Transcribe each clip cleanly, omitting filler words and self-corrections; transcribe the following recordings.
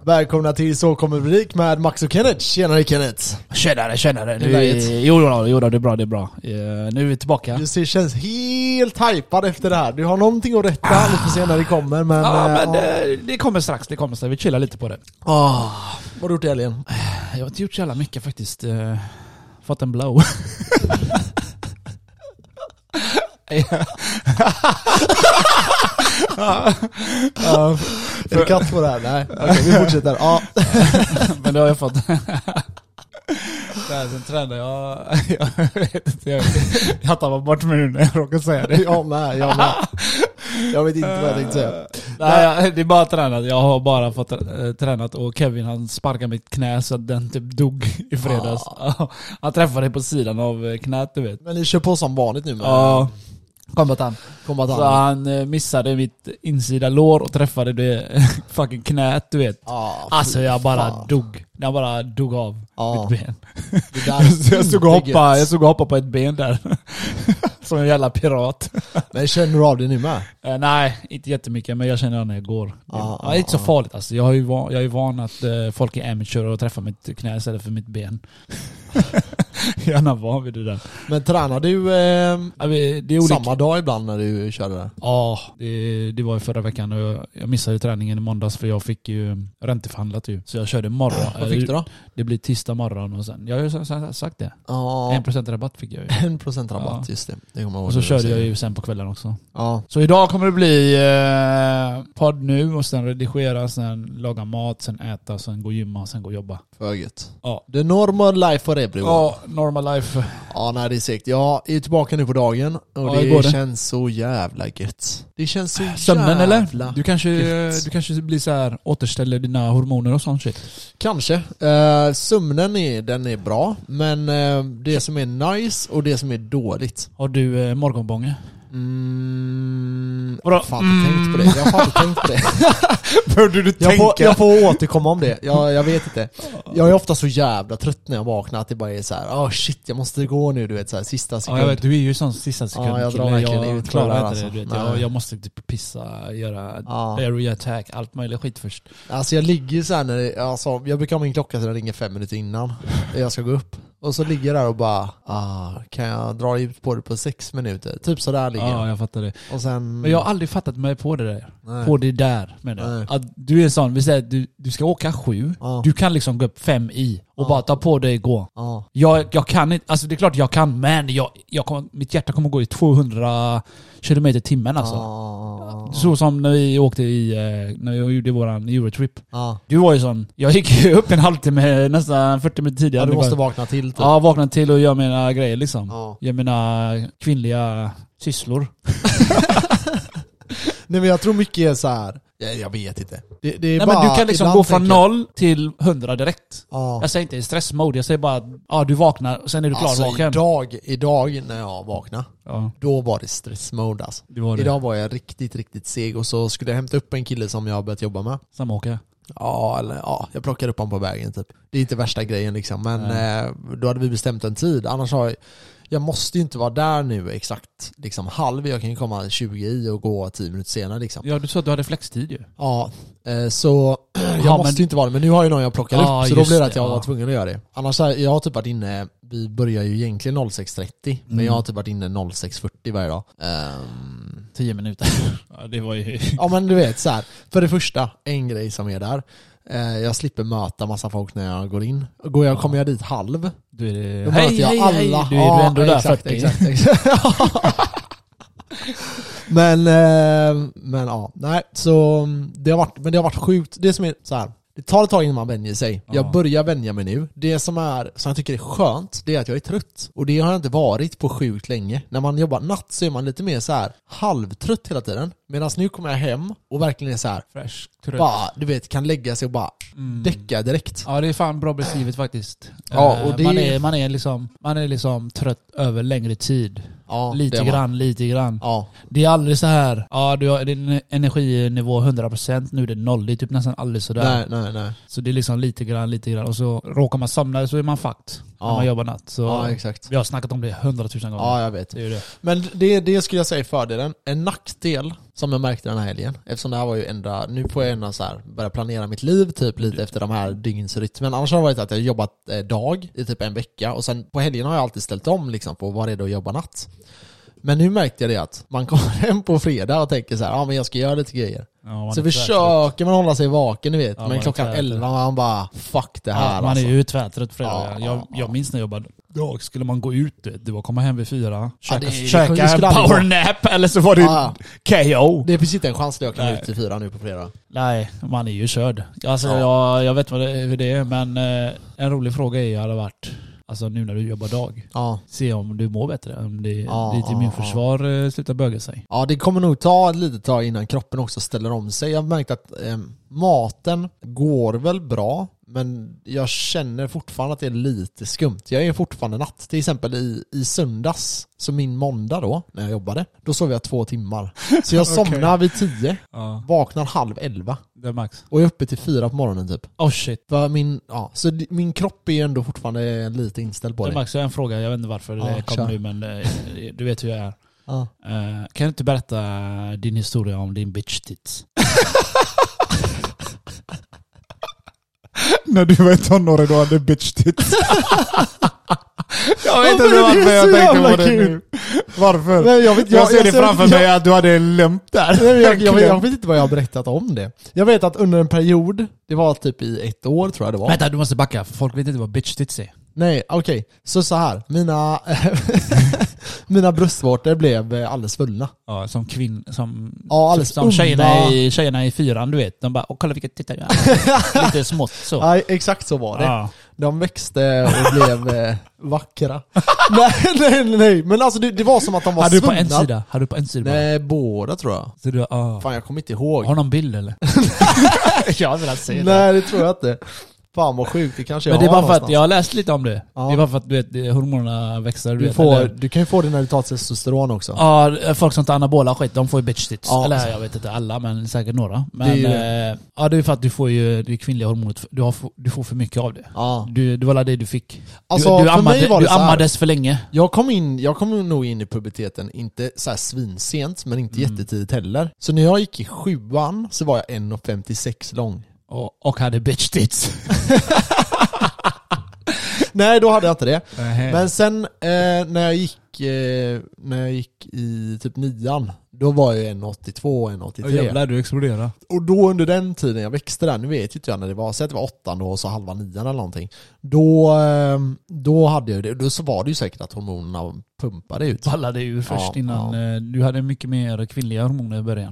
Välkomna till Så kommer publik med Max och Kenneth. Tjenare Kenneth. Tjenare. Hur är läget? Jo, det är bra. Nu är vi tillbaka. Du känns helt hypad efter det här. Du har någonting att rätta lite senare det kommer. Men, det kommer strax. Vi chillar lite på det. Vad har du gjort i helgen? Jag har inte gjort så jävla mycket faktiskt. Fått en blow. Är det katt på det här? Nej, okej, vi fortsätter. Ja. Men det har jag fått. Sen tränar jag vet inte, jag tappar bort mig nu när jag råkar säga det. Jag med. Jag vet inte vad jag tänkte säga. Nej, det är bara tränat. Jag har bara fått tränat och Kevin han sparkade mitt knä så att den typ dog i fredags. Han träffade på sidan av knät, du vet. Men ni kör på som vanligt nu med... Ja. Kombatant. Kombatant. Så han missade mitt insida lår och träffade det fucking knät, du vet. Alltså jag bara dog. Jag bara dog av mitt ben. Så jag stod och hoppade på ett ben där. Som en jävla pirat. Men känner du av det nu med? Nej, inte jättemycket, men jag känner det när jag går. Det är inte så farligt alltså. Jag är ju van att folk är amateur och träffar mitt knä istället för mitt ben. Jag är van vid det där. Men tränar du det är samma dag ibland när du körde det? Ja, det var ju förra veckan och jag missade träningen i måndags för jag fick ju ränteförhandlat ju. Så jag körde imorgon. Vad fick du då? Det blir tisdag morgon och sen. Jag har ju sagt det. 1% rabatt fick jag ju. 1% rabatt, just det. Och så körde jag ju sen på kvällen också. Ja. Så idag kommer det bli podd nu och sen redigera, sen laga mat, sen äta, sen gå gymma, sen gå jobba. För gött. Ja. The normal life for everyone. Ja, normal life. Ja, nej, det är säkert. Jag är tillbaka nu på dagen och det känns så jävla gött. Det känns så sömnen jävla eller? Du kanske blir så här, återställer dina hormoner och sånt shit. Kanske. Sömnen är bra, men det som är nice och det som är dåligt. Har du morgonbånge? Jag har fan inte tänkt på det. Började du tänka? Jag får återkomma om det. Jag vet inte. Jag är ofta så jävla trött när jag vaknar att det bara är så här: shit, jag måste gå nu, du vet, så här, sista sekund. Ja, jag vet, du är ju sån sista sekund. Ja, jag drar verkligen ut klarar inte alltså. det, du vet. Jag måste typ pissa, göra area attack, allt möjligt skit först. Alltså jag ligger så här jag brukar ha min klocka så den ringer 5 minuter innan jag ska gå upp. Och så ligger jag där och bara kan jag dra ut på det på 6 minuter? Typ så där ligger jag. Ja, jag fattar det. Och sen... Men jag har aldrig fattat mig på det där. Nej. På det där, menar jag. Att du är sån, vi säger att du ska åka 7. Du kan liksom gå upp 5 i och bara ta på dig och gå. Jag kan inte, alltså det är klart jag kan, men mitt hjärta kommer gå i 200 km i timmen alltså. Så som när vi åkte när vi gjorde våran Eurotrip. Du var ju sån, jag gick upp en halvtimme, nästan 40 minuter tidigare. Ja, du måste vakna till. Typ. Ja, vakna till och göra mina grejer liksom. Göra mina kvinnliga sysslor. Nej, men jag tror mycket är så här. Jag vet inte. Det är nej, bara, men du kan liksom gå från 0 till 100 direkt. Jag säger inte i stressmode, jag säger bara att du vaknar och sen är du klar vaken. Idag när jag vaknade, då var det stressmode alltså. Idag var jag riktigt, riktigt seg och så skulle jag hämta upp en kille som jag har börjat jobba med. Samåka? Jag plockar upp honom på vägen typ. Det är inte värsta grejen liksom, men då hade vi bestämt en tid. Annars jag måste ju inte vara där nu exakt liksom halv. Jag kan ju komma 20 i och gå 10 minuter senare liksom. Ja, du sa att du hade flextid ju. Ja, så jag måste ju inte vara det. Men nu har ju någon jag plockar upp, så då blir det att jag var tvungen att göra det. Annars jag har typ varit inne, vi börjar ju egentligen 06.30, men jag har typ varit inne 06.40 varje dag. 10 minuter. Ja, det var ju... Ja, men du vet så här. För det första, en grej som är där. Jag slipper möta massa folk när jag går in. Kommer jag dit halv, då möter jag alla. Hej, du är ändå där exakt. Men ja, nej, så det har varit sjukt. Det som är så här, det tar ett tag innan man vänjer sig. Jag börjar vänja mig nu. Det som jag tycker är skönt, det är att jag är trött. Och det har jag inte varit på sjukt länge. När man jobbar natt så är man lite mer så här halvtrött hela tiden. Medan nu kommer jag hem och verkligen är så här fresh, trött. Bara, du vet, kan lägga sig och bara däcka direkt. Ja, det är fan bra beskrivet faktiskt. Ja, och man är liksom trött över längre tid. Ja, lite grann. Ja. Det är aldrig så här, du har din energinivå 100%, nu är det 0. Det är typ nästan aldrig sådär. Nej. Så det är liksom lite grann. Och så råkar man somna så är man fucked när man jobbar natt. Så exakt. Vi har snackat om det 100 000 gånger. Ja, jag vet. Det är det. Men det skulle jag säga fördelen. En nackdel som jag märkte den här helgen. Eftersom det här var ju nu får jag ändå så här börja planera mitt liv typ lite efter de här dygnsrytmen. Annars har det varit att jag jobbat dag i typ en vecka och sen på helgen har jag alltid ställt om liksom på vad det är att jobba natt. Men nu märkte jag det att man kommer hem på fredag och tänker så här, men jag ska göra lite grejer. Ja, så försöker man hålla sig vaken, ni vet. Men klockan 11 man bara, fuck det här. Man är ju tvärtrött fredag. Jag minns när jag jobbade dag skulle man gå ut. Det var komma hem vid 4, käka en powernap eller så var det KO. Det är precis en chans att jag kan ut till 4 nu på fredag. Nej, man är ju körd. Alltså jag vet hur det är, men en rolig fråga är ju hade varit alltså nu när du jobbar dag. Se om du mår bättre. Om det är till min försvar slutar böga sig. Ja, det kommer nog ta ett litet tag innan kroppen också ställer om sig. Jag har märkt att maten går väl bra. Men jag känner fortfarande att det är lite skumt. Jag är fortfarande natt. Till exempel i söndags, så min måndag då, när jag jobbade, då sov jag 2 timmar. Så jag somnar vid 10, vaknar 10:30. Det är max. Och är uppe till 4 på morgonen typ. Oh shit. Så min kropp är ju ändå fortfarande lite inställd på det. Det är max, jag har en fråga, jag vet inte varför det kommer nu, men du vet hur jag är. Kan du inte berätta din historia om din bitch tits? När du var i tonåren då hade bitch tits. Jag vet inte varför jag tänkte på det nu. Varför? Nej, jag ser det framför mig att du hade lämpt där. Jag vet inte vad jag har berättat om det. Jag vet att under en period, det var typ i 1 år tror jag det var. Vänta, du måste backa, för folk vet inte vad bitch tits är. Nej, okej. Så här. Mina bröstvårtor blev alldeles fulla. Ja, som tjejerna i 4, du vet. De bara, kolla vilket titta jag är. Lite smått så. Ja, exakt så var det. Ja. De växte och blev vackra. nej. Men alltså det var som att de var Hade du på en sida? Nej, båda tror jag. Så du, Fan, jag kommer inte ihåg. Har du någon bild eller? Jag vill se det. Nej, det tror jag inte. Fan vad sjukt, det kanske men det är bara för att jag har läst lite om det. Ja. Det är bara för att du vet, hormonerna växer. Du kan ju få det när du tar testosteron också. Ja, folk som tar anabola skit, de får ju bitch tits. Ja. Eller jag vet inte alla, men säkert några. Men det är för att du får ju det kvinnliga hormonet. Du får för mycket av det. Ja. Det var det du fick. Alltså, du ammades för länge. Jag kom nog in i puberteten, inte så här svinsent, men inte jättetidigt heller. Så när jag gick i 7:an så var jag 1,56 lång. Och hade bitch tits. Nej, då hade jag inte det. Men sen när jag gick i typ 9:an, då var jag 1,82, 1,83. Jävlar, du exploderade. Och då under den tiden jag växte där, nu vet inte jag när det var, så att det var 8:an då och så 8:30 eller någonting. Då hade jag det, då så var det ju säkert att hormonerna pumpade ut. Ballade ur först innan du hade mycket mer kvinnliga hormoner i början.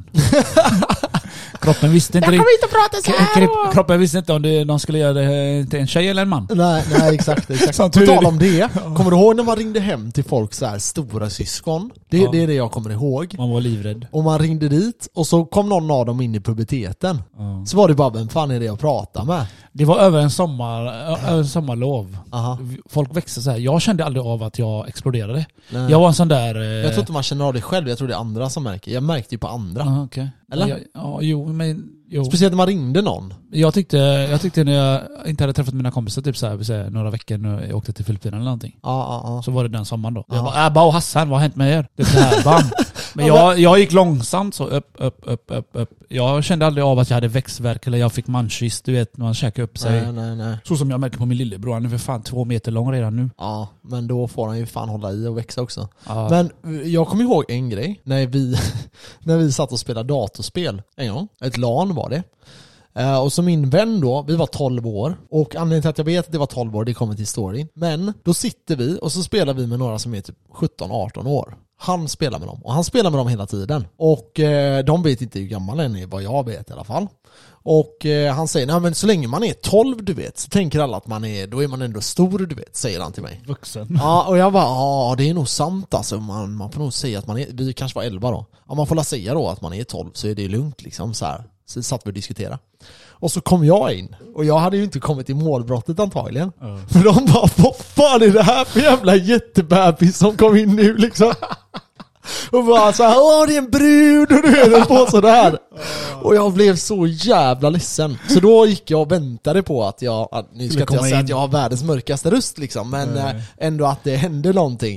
Kroppen visste inte Kroppen visste inte om de skulle göra det till en tjej eller en man. Nej, exakt. På tal om det, kommer du ihåg när man ringde hem till folk så här stora syskon? Det är det jag kommer ihåg. Man var livrädd. Och man ringde dit och så kom någon av dem in i puberteten. Så var det bara, vem fan är det jag pratar med? Det var över en sommarlov. Aha. Folk växte så här. Jag kände aldrig av att jag exploderade. Nej. Jag var en sån där... Jag tror inte man känner av det själv. Jag tror det är andra som märker. Jag märkte ju på andra. Okay. Eller? Jo. Speciellt när man ringde någon. Jag tyckte när jag inte hade träffat mina kompisar typ så här, några veckor när jag åkte till Filippinerna eller någonting. Så var det den sommaren då. Jag bara, Hassan, vad har hänt med er? Det är så här, bam. Men jag gick långsamt så upp. Jag kände aldrig av att jag hade växtvärk eller jag fick munchies, du vet, när man käkar upp sig. Nej. Så som jag märker på min lillebror, han är för fan 2 meter lång redan nu. Ja, men då får han ju fan hålla i och växa också. Ja. Men jag kommer ihåg en grej när vi satt och spelade datorspel en gång. Ett LAN var det. Och så min vän då, vi var 12 år. Och anledningen till att jag vet att det var 12 år, det kommer till storyn. Men då sitter vi och så spelar vi med några som är typ 17-18 år. Han spelar med dem. Och han spelar med dem hela tiden. Och de vet inte hur gammal än är, vad jag vet i alla fall. Och han säger, nej men så länge man är 12 du vet, så tänker alla att då är man ändå stor du vet, säger han till mig. Vuxen. Ja, och jag bara, det är nog sant alltså. Man får nog säga att vi kanske var 11 då. Ja, man får säga då att man är 12 så är det lugnt liksom så här. Så satt vi och diskuterade. Och så kom jag in. Och jag hade ju inte kommit i målbrottet antagligen. För de bara, vad fan är det här för jävla jättebebis som kom in nu liksom? Och bara så här, det är en brud och du är på sådär. Och jag blev så jävla ledsen. Så då gick jag och väntade på att nu ska inte jag säga att jag har världens mörkaste röst liksom, men ändå att det hände någonting.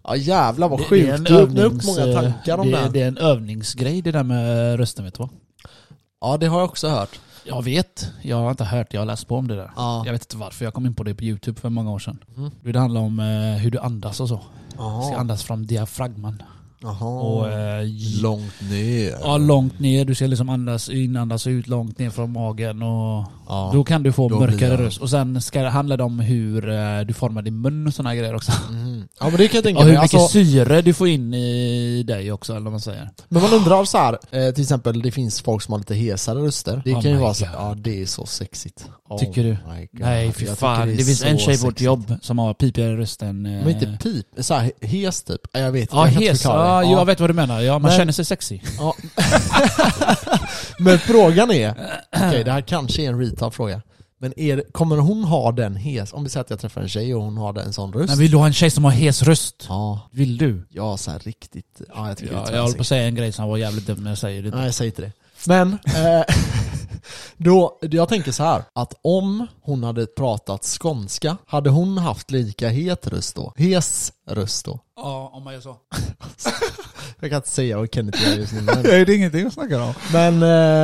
Ja jävlar vad sjukt. Du öppnar upp många tankar om det. Det är en övningsgrej det där med rösten, vet du vad? Ja, det har jag också hört. Jag vet. Jag har inte hört, jag har läst på om det där. Ja. Jag vet inte varför, jag kom in på det på YouTube för många år sedan. Det handlar om hur du andas och så. Du ska andas från diafragman. Och, långt ner. Ja, långt ner. Du ska liksom andas in, andas ut långt ner från magen. Och då kan du få mörkare röst. Och sen ska det handla om hur du formar din mun och såna grejer också. Ja, men det kan jag tänka och mig. hur mycket syre du får in i dig också, eller vad man säger. Men man undrar så här, till exempel det finns folk som har lite hesare röster. Det kan ju vara så, ja det är så sexigt. Tycker du? Nej, för fan. Det finns en tjej på vårt jobb som har pipigare rösten. Men inte pip, så här hes typ. Jag vet inte. Ja, hes. Ja, jag vet vad du menar. Ja, man känner sig sexy. Ja. Men frågan är, okej, det här kanske är en retard fråga. Men kommer hon ha den hes? Om vi säger att jag träffar en tjej och hon har en sån röst. Men vill du ha en tjej som har hes röst? Ja. Vill du? Ja, så här riktigt. Ja, jag tycker jag håller på att säga en grej som var jävligt dum när jag säger det. Nej, jag säger inte det. Men då, jag tänker så här, att om hon hade pratat skånska, hade hon haft lika het röst då? Hes röst då? Ja, om man gör så. Jag kan inte säga vad Kenneth gör just nu. Men... Det är ingenting att snacka om. Men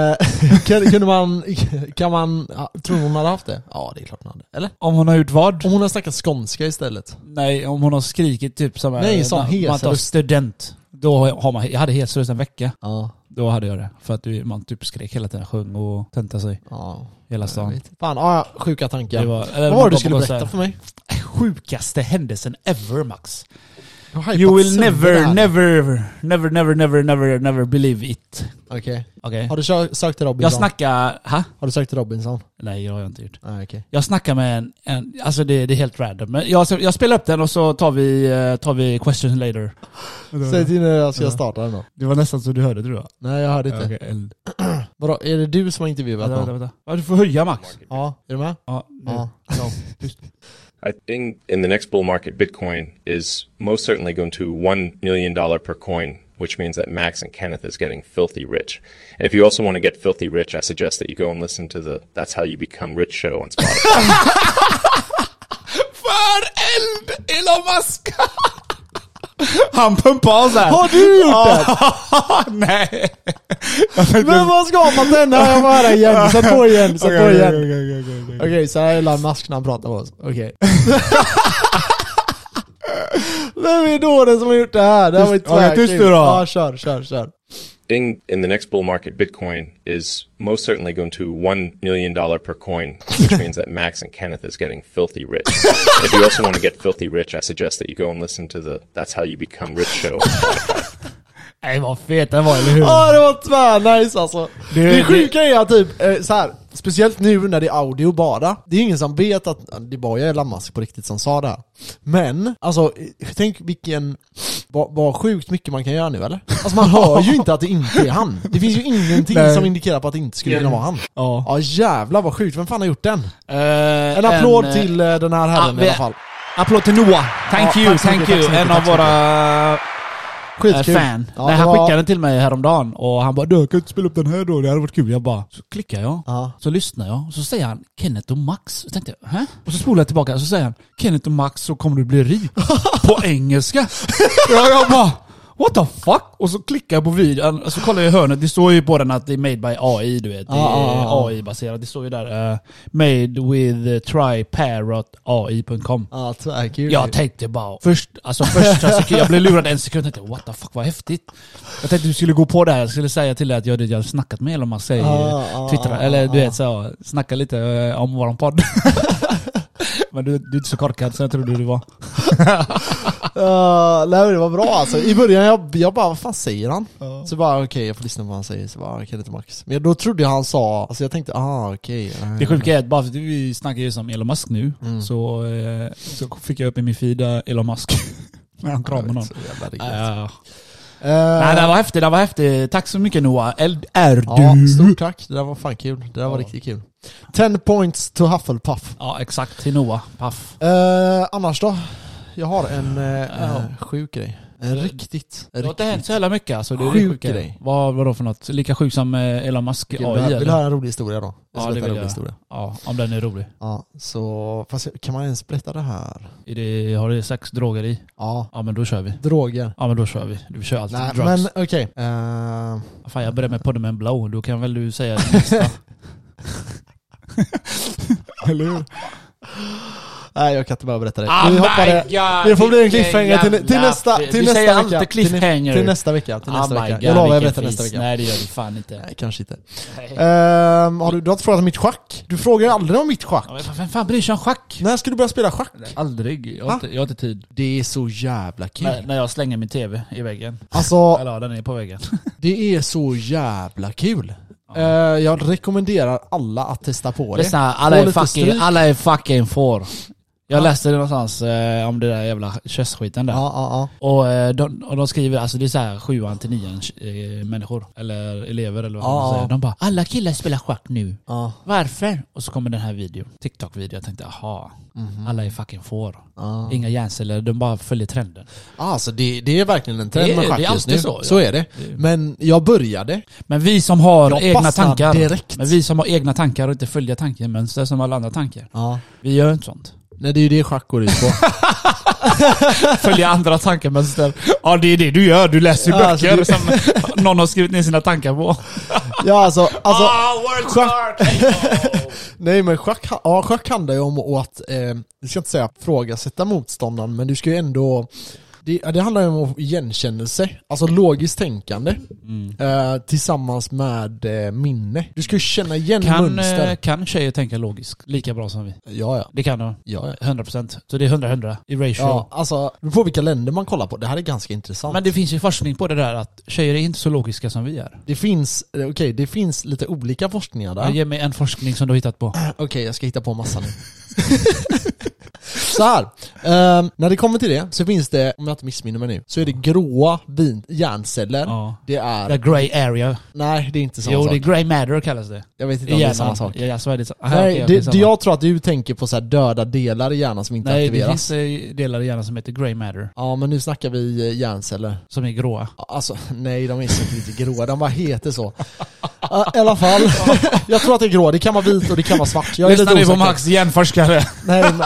kan man tror hon hade haft det? Ja, det är klart hon hade. Eller? Om hon har gjort vad? Om hon har snackat skånska istället. Nej, om hon har skrikit typ som man tar student. Då har man, jag hade hes röst en vecka. Ja. Då hade jag det. För att man typ skrek hela tiden, sjöng och tentade sig. Ja. Hela stan. Fan, ja, sjuka tankar. Vad var det du skulle berätta för mig? Sjukaste händelsen ever, Max. You will never believe it. Okej. Okay. Har du sökt till Robinson? Jag snackar... Har du sökt till Robinson? Nej, jag har inte gjort. Okay. Jag snackar med en alltså det är helt random. Men jag spelar upp den och så tar vi questions later. Säg till när jag ska starta den då. Det var nästan så du hörde, tror jag. Nej, jag hörde inte. Okay. Vadå, är det du som har intervjuat vänta. Ja, du får höja, Max. Ja, är du med? Ja. I think in the next bull market, Bitcoin is most certainly going to $1 million per coin, which means that Max and Kenneth is getting filthy rich. And if you also want to get filthy rich, I suggest that you go and listen to the That's How You Become Rich show on Spotify. För eld, Elon Musk! Han pumpar oss här. Har du gjort det? Nej. Men vad ska man den här? Jag bara igen. Sätt på igen. Okej, så här är Elon Musk när han pratar med oss. Okej. Vem är då den som har gjort det här? Det här var ju tvärkul. Ja, kör. In the next bull market, Bitcoin is most certainly going to $1 million per coin, which means that Max and Kenneth is getting filthy rich. If you also want to get filthy rich, I suggest that you go and listen to the That's How You Become Rich show on Spotify. Nej, vad fet den var, eller hur? Ja, det var tvärnice alltså. Det sjuka är typ så här, speciellt nu när det är audio bara. Det är ingen som vet att det bara är Elon Musk på riktigt som sa det här. Men, alltså, tänk vilken... Vad sjukt mycket man kan göra nu, eller? Alltså man hör ju inte att det inte är han. Det finns ju ingenting som indikerar på att det inte skulle kunna vara han. Ja, jävlar vad sjukt. Vem fan har gjort den? En applåd till den här herren i alla fall. Applåd till Noah. Thank you. En av våra... Skitkul. Fan. Ja, nej, han skickade den till mig häromdagen och han bara, du kan inte spela upp den här då, det hade varit kul. Jag bara, så klickar jag, så lyssnar jag och så säger han Kenneth och Max. Jag tänkte, hä? Och så spolar jag tillbaka och så säger han Kenneth och Max, så kommer du bli rik. På engelska. Jag bara, what the fuck? Och så klickar jag på videon och så kollar jag i hörnet. Det står ju på den att det är made by AI, du vet. Det är AI-baserat. Det står ju där made with tryparrot.ai.com. Ja, tvärkul. Jag tänkte bara första sekund, jag blev lurad en sekund. Jag tänkte, what the fuck, vad häftigt. Jag tänkte du skulle gå på det här. Jag skulle säga till dig att jag hade snackat med, eller man säger Twitter, eller du vet så, snacka lite om våran podd. Men du är inte så korkad så jag trodde du var. Nej, det var bra alltså. I början jag bara, vad fan säger han? Så bara, okej, jag får lyssna på vad han säger. Så bara, okej, det är Max. Men då trodde jag han sa, alltså jag tänkte, okej. Det sjuka är att bara för att vi snackar ju som Elon Musk nu, så fick jag upp i min feed Elon Musk. När han kramar någon. Nej, det var häftigt. Tack så mycket Noah. Du? Stort tack. Det där var fan kul. Det där var riktigt kul. 10 points to Hufflepuff. Ja, exakt. Till Noah. Puff. Annars då? Jag har en sjuk grej. Riktigt. Det har inte hänt så jävla mycket alltså. Det är Sjuk sjuka. grej. Vad då för något? Lika sjuk som Elon Musk AI Vill du eller? höra en rolig historia då? Ja, det vill jag. Ja, om den är rolig. Ja, så fast kan man ens berätta det här? Har det 6 droger i? Ja. Ja, men då kör vi. Droger. Ja, men då kör vi. Du kör alltid Nej, drugs. men okej. Fan, jag börjar med podden med en blow. Då kan väl du säga det nästa. Eller hur? Nej, jag kan inte bara berätta det. Oh Vi hoppar det. Det får bli en cliffhanger till nästa vecka. Till nästa vecka. Jag lovar jag berättar nästa vecka. Nej, det gör du fan inte. Nej, kanske inte. Du har inte frågat om mitt schack? Du frågar ju aldrig om mitt schack. Ja, vem fan bryr sig om schack? När ska du börja spela schack? Aldrig. Jag har inte tid. Det är så jävla kul. När jag slänger min tv i väggen. Alltså, eller den är på väggen. Det är så jävla kul. Jag rekommenderar alla att testa på det. Alla är fucking får. Jag läste det någonstans om det där jävla körsskiten där. Och de skriver, alltså det är så här 7:an till 9:an människor. Eller elever eller vad man säger. De bara, alla killar spelar schack nu. Varför? Och så kommer den här videon. TikTok-video. Jag tänkte, aha. Alla är fucking får. Inga hjärnceller, de bara följer trenden. Alltså det är verkligen en trend med schack just nu. Så är det. Men jag började. Men vi som har egna tankar. Direkt. Men vi som har egna tankar och inte följer tankemönster som alla andra tankar. Vi gör inte sånt. Nej, det är ju det schack går ut på. Följa andra tankemönster. Ja, det är det du gör. Du läser böcker alltså, som någon har skrivit ner sina tankar på. Ja, alltså schack. Nej, men schack handlar ju om att du ska inte säga frågasätta motståndaren, men du ska ju ändå det handlar ju om igenkännelse, alltså logiskt tänkande tillsammans med minne. Du ska ju känna igen mönster. Kan tjejer tänka logiskt lika bra som vi? Ja. Det kan de. Ja. 100%. Så det är 100 i ratio. Ja, alltså det får vilka länder man kollar på. Det här är ganska intressant. Men det finns ju forskning på det där att tjejer är inte så logiska som vi är. Det finns lite olika forskningar där. Ge mig en forskning som du har hittat på. Okej, jag ska hitta på massa nu. Så här, när det kommer till det så finns det, om jag inte missminner mig nu, så är det gråa hjärnceller. Ja. Det är the grey area. Nej, det är inte samma sak. Jo, det är grey matter kallas det. Jag vet inte om det är samma sak. Ja, så är det så. Nej, jag tror att du tänker på så här döda delar i hjärnan som inte aktiveras. Nej, det finns delar i hjärnan som heter grey matter. Ja, men nu snackar vi hjärnceller. Som är gråa. Alltså, nej, de är inte gråa. De bara heter så. I alla fall, jag tror att det är grå. Det kan vara vit och det kan vara svart. Jag är lyssnar ni på Max, hjärnforskare? Nej, men...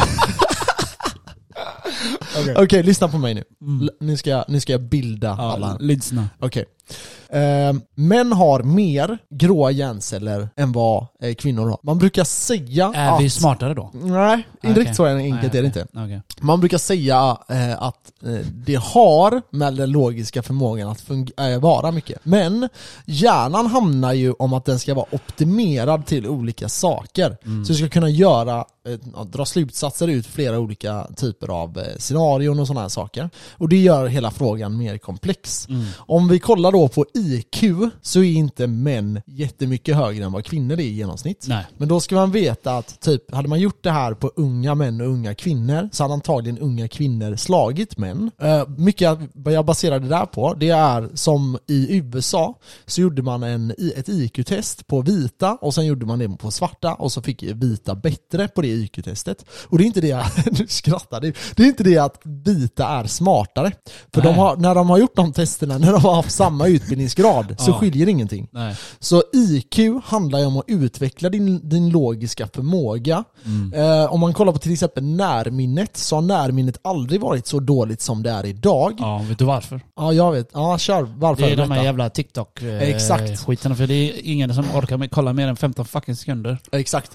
Okej, lyssna på mig nu. Nu ska jag bilda alla. Lyssna. Okej. Män har mer gråa hjärnceller än vad kvinnor har. Man brukar säga Är vi smartare då? Nej, inte riktigt så enkelt är det inte. Okay. Man brukar säga att det har med den logiska förmågan att vara mycket. Men hjärnan hamnar ju om att den ska vara optimerad till olika saker. Så du ska kunna dra slutsatser ut flera olika typer av scenarion och sådana här saker. Och det gör hela frågan mer komplex. Om vi kollar då på IQ så är inte män jättemycket högre än vad kvinnor är i genomsnitt. Nej. Men då ska man veta att hade man gjort det här på unga män och unga kvinnor så hade antagligen unga kvinnor slagit män. Mycket vad jag baserar det där på, det är som i USA så gjorde man ett IQ-test på vita och sen gjorde man det på svarta och så fick vita bättre på det IQ-testet. Och det är inte det du skrattar, det är inte det att vita är smartare. För när de har gjort de testerna, när de har haft samma utbildningsgrad så skiljer ingenting. Nej. Så IQ handlar ju om att utveckla din logiska förmåga. Om man kollar på till exempel närminnet så har närminnet aldrig varit så dåligt som det är idag. Ja, vet du varför? Ja, jag vet. Ja, kör. Varför? Det är de här jävla TikTok-skiten. För det är ingen som orkar kolla mer än 15 fucking sekunder. Exakt.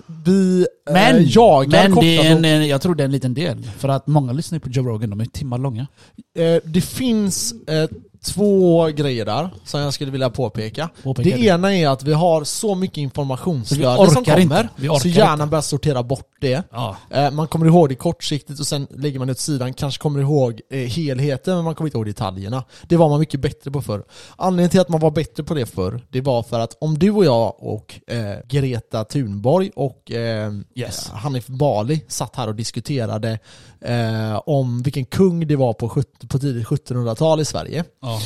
Jag tror det är en liten del. För att många lyssnar på Joe Rogan, de är timmar långa. Det finns 2 grejer där som jag skulle vilja påpeka. Det ena är att vi har så mycket informationsflöde som kommer så hjärnan börjar sortera bort det. Ja. Man kommer ihåg det kortsiktigt och sen lägger man det åt sidan. Kanske kommer ihåg helheten men man kommer inte ihåg detaljerna. Det var man mycket bättre på förr. Anledningen till att man var bättre på det förr, det var för att om du och jag och Greta Thunborg och Hanif Bali satt här och diskuterade om vilken kung det var på tidigt 1700-tal i Sverige.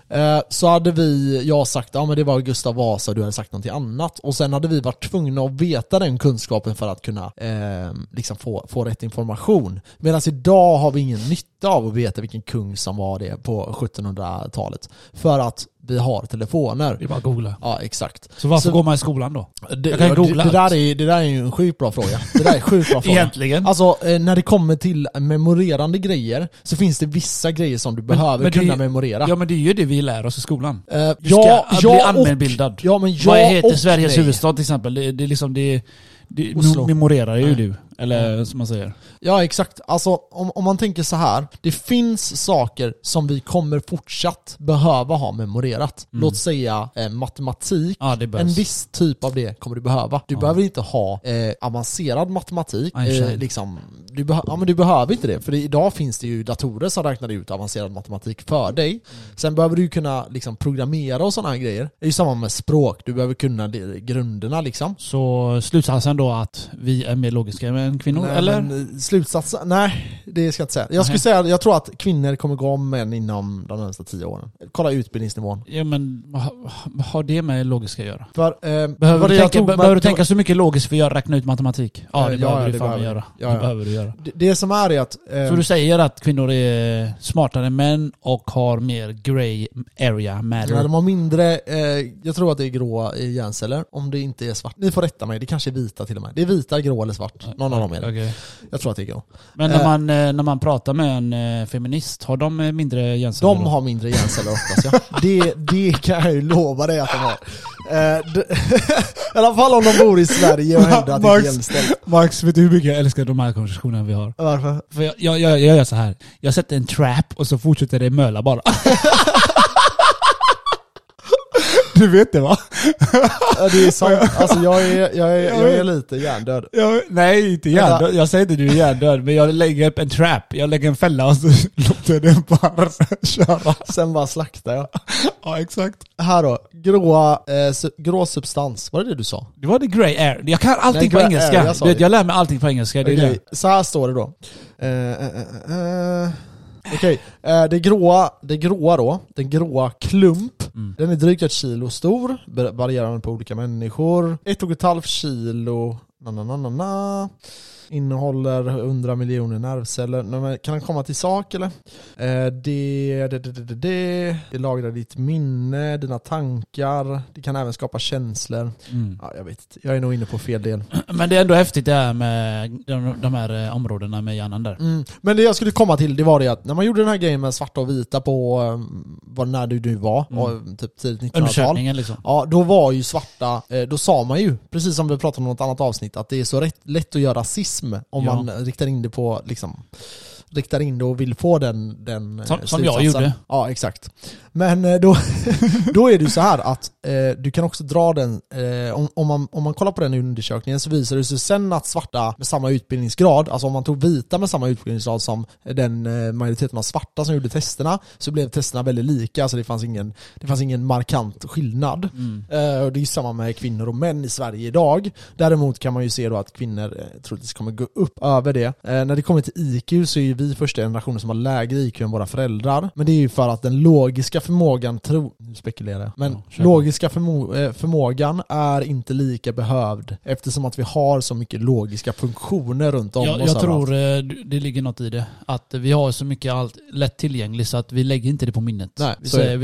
Så hade jag sagt, ja men det var Gustav Vasa och du hade sagt någonting annat. Och sen hade vi varit tvungna att veta den kunskapen för att kunna liksom få rätt information. Medan idag har vi ingen nytta av att veta vilken kung som var det på 1700-talet. För att vi har telefoner. Det är bara att googla. Ja, exakt. Så varför går man i skolan då? Det där är ju en sjukt bra fråga. Det där är sjukt bra fråga. Egentligen. Alltså, när det kommer till memorerande grejer så finns det vissa grejer som du behöver kunna memorera. Ja, men det är ju det vi lär oss i skolan. Du ska bli allmänbildad. Vad heter Sveriges huvudstad till exempel? Det är liksom det memorerar ju du. Eller som man säger. Ja, exakt. Alltså, om man tänker så här. Det finns saker som vi kommer fortsatt behöva ha memorerat. Låt säga matematik. Ja, en viss typ av det kommer du behöva. Du behöver inte ha avancerad matematik. Liksom, du behöver inte det. För idag finns det ju datorer som räknar ut avancerad matematik för dig. Sen behöver du kunna liksom, programmera och sådana här grejer. Det är ju samma med språk. Du behöver kunna grunderna liksom. Så slutsatsen då att vi är mer logiska än kvinnor, nej, eller? Slutsatsen? Nej, det ska jag inte säga. Jag skulle säga, jag tror att kvinnor kommer gå om män inom de närmaste 10 åren. Kolla utbildningsnivån. Ja, men har det med logiska att göra? För, behöver du tänka så mycket logiskt för att räkna ut matematik? Ja, det behöver du fan göra. Ja. Det behöver du göra. Det som är att... Så du säger att kvinnor är smartare än män och har mer grey area matter? Ja, de har mindre... jag tror att det är grå i hjärnceller, om det inte är svart. Ni får rätta mig, det kanske är vita till och med. Det är vita, grå eller svart. Någon av dem är det. Okay. Jag tror att det är grå. Men när man pratar med en feminist, har de mindre hjärnceller? De har mindre hjärnceller oftast, ja. Det kan jag ju lova dig att de har. I alla fall om de bor i Sverige och hävdar att det är jämställt. Max, vet du hur mycket jag älskar de här konversationerna vi har? Varför? För jag gör så här. Jag sätter en trap och så fortsätter det möla bara. Du vet det, va? Ja, det är sant. Alltså jag är lite hjärndöd. Nej, inte hjärndöd. Jag säger inte du är hjärndöd, men jag lägger upp en trap. Jag lägger en fälla och så låter den bara köra. Sen bara slaktar jag. Ja, exakt. Här då. Grå substans. Var det du sa? Det var the grey air. Jag kan allting på engelska. Jag lär mig allting på engelska. Det är det. Så här står det då. Okej, det gråa då, den gråa klump, den är drygt 1 kilo stor, varierande på olika människor. 1,5 kilo, innehåller 100 miljoner nervceller. Kan den komma till sak eller? Det lagrar ditt minne, dina tankar. Det kan även skapa känslor. Ja, jag vet inte. Jag är nog inne på fel del. Men det är ändå häftigt det här med de här områdena med hjärnan där. Men det jag skulle komma till, det var det att när man gjorde den här grejen med svarta och vita på när du var, typ tidigt 1900-tal. Undersökningen liksom. Ja, då var ju svarta, då sa man ju, precis som vi pratade om något annat avsnitt, att det är så lätt att göra rasism om man riktar in det på liksom, riktar in det och vill få den som jag gjorde. Ja, exakt. Men då är det så här att du kan också dra den om man kollar på den undersökningen så visar det sig sen att svarta med samma utbildningsgrad, alltså om man tog vita med samma utbildningsgrad som den majoriteten av svarta som gjorde testerna, så blev testerna väldigt lika, alltså det fanns ingen markant skillnad. Och det är samma med kvinnor och män i Sverige idag. Däremot kan man ju se då att kvinnor troligtvis kommer gå upp över det. När det kommer till IQ så är ju vi första generationen som har lägre IQ än våra föräldrar. Men det är ju för att den logiska förmågan logiska förmågan är inte lika behövd eftersom att vi har så mycket logiska funktioner runt om oss. Jag tror det ligger något i det. Att vi har så mycket allt lätt tillgängligt så att vi lägger inte det på minnet. Nej, vi